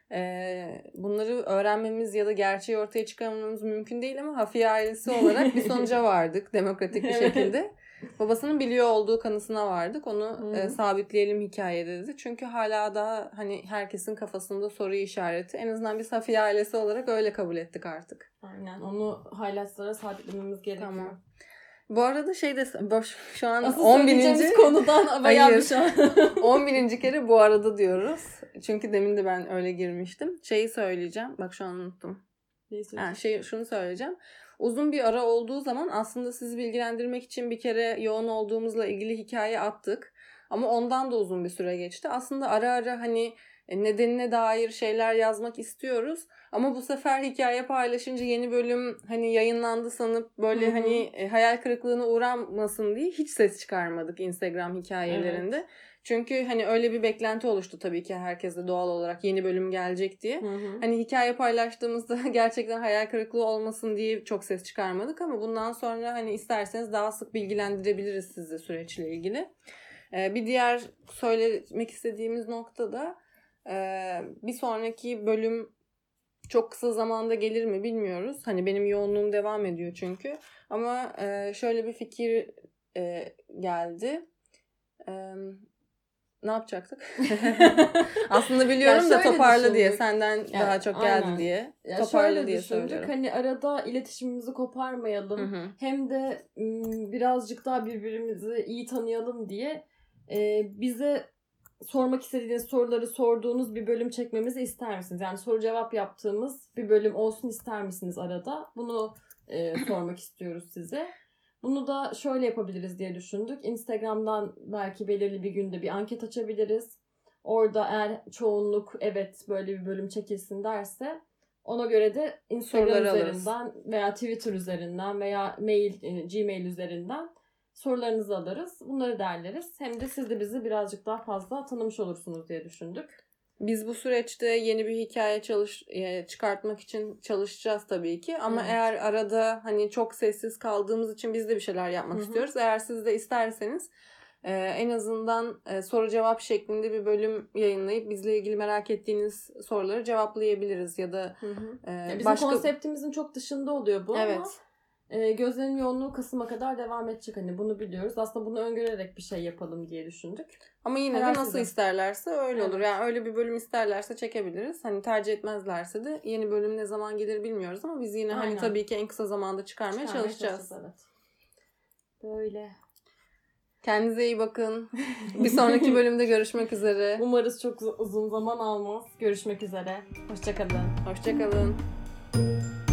Ee, bunları öğrenmemiz ya da gerçeği ortaya çıkarmamız mümkün değil ama Hafiye ailesi olarak bir sonuca vardık demokratik bir şekilde. Babasının biliyor olduğu kanısına vardık. Onu e, sabitleyelim hikayede dedi. Çünkü hala daha hani herkesin kafasında soru işareti. En azından biz Hafiye ailesi olarak öyle kabul ettik artık. Aynen. Onu highlights'lara sabitlememiz gerekiyor. Tamam. Bu arada şey de şu an Asıl on bininci konudan bayağı bir şu an. on bininci kere bu arada diyoruz. Çünkü demin de ben öyle girmiştim. Şeyi söyleyeceğim. Bak şu an unuttum. Ha, şey, şunu söyleyeceğim. Uzun bir ara olduğu zaman aslında sizi bilgilendirmek için bir kere yoğun olduğumuzla ilgili hikaye attık. Ama ondan da uzun bir süre geçti. Aslında ara ara hani nedenine dair şeyler yazmak istiyoruz. Ama bu sefer hikaye paylaşınca yeni bölüm hani yayınlandı sanıp böyle Hı-hı. hani e, hayal kırıklığına uğramasın diye hiç ses çıkarmadık Instagram hikayelerinde. Evet. Çünkü hani öyle bir beklenti oluştu tabii ki herkeste doğal olarak yeni bölüm gelecek diye. Hı-hı. Hani hikaye paylaştığımızda gerçekten hayal kırıklığı olmasın diye çok ses çıkarmadık ama bundan sonra hani isterseniz daha sık bilgilendirebiliriz sizi süreçle ilgili. Ee, bir diğer söylemek istediğimiz nokta da e, bir sonraki bölüm çok kısa zamanda gelir mi bilmiyoruz. Hani benim yoğunluğum devam ediyor çünkü. Ama e, şöyle bir fikir e, geldi. E, ne yapacaktık? Aslında biliyorum da toparla düşündük. diye. Senden yani, daha çok geldi aynen. diye. Ya toparla diye söylüyorum. Hani arada iletişimimizi koparmayalım. Hı hı. Hem de m, birazcık daha birbirimizi iyi tanıyalım diye e, bize sormak istediğiniz soruları sorduğunuz bir bölüm çekmemizi ister misiniz? Yani soru cevap yaptığımız bir bölüm olsun ister misiniz arada? Bunu e, sormak istiyoruz size. Bunu da şöyle yapabiliriz diye düşündük. Instagram'dan belki belirli bir günde bir anket açabiliriz. Orada eğer çoğunluk evet böyle bir bölüm çekilsin derse ona göre de Instagram Soruları üzerinden alırız. Veya Twitter üzerinden veya mail, Gmail üzerinden sorularınızı alırız. Bunları derleriz. Hem de siz de bizi birazcık daha fazla tanımış olursunuz diye düşündük. Biz bu süreçte yeni bir hikaye çalış çıkartmak için çalışacağız tabii ki. Ama evet. eğer arada hani çok sessiz kaldığımız için biz de bir şeyler yapmak Hı-hı. istiyoruz. Eğer siz de isterseniz Ee, en azından e, soru cevap şeklinde bir bölüm yayınlayıp bizle ilgili merak ettiğiniz soruları cevaplayabiliriz ya da Hı hı. e, Ya bizim başka... konseptimizin çok dışında oluyor bu Evet. ama e, gözlerim yoğunluğu Kasım'a kadar devam edecek. Hani bunu biliyoruz. Aslında bunu öngörerek bir şey yapalım diye düşündük. Ama yine Karar de nasıl size. isterlerse öyle Evet. olur. Yani öyle bir bölüm isterlerse çekebiliriz. Hani tercih etmezlerse de yeni bölüm ne zaman gelir bilmiyoruz ama biz yine hani Aynen. tabii ki en kısa zamanda çıkarmaya, Çıkarmaya çalışacağız. Evet. Böyle. Kendinize iyi bakın. Bir sonraki bölümde görüşmek üzere. Umarız çok uzun zaman almaz. Görüşmek üzere. Hoşça kalın. Hoşça kalın.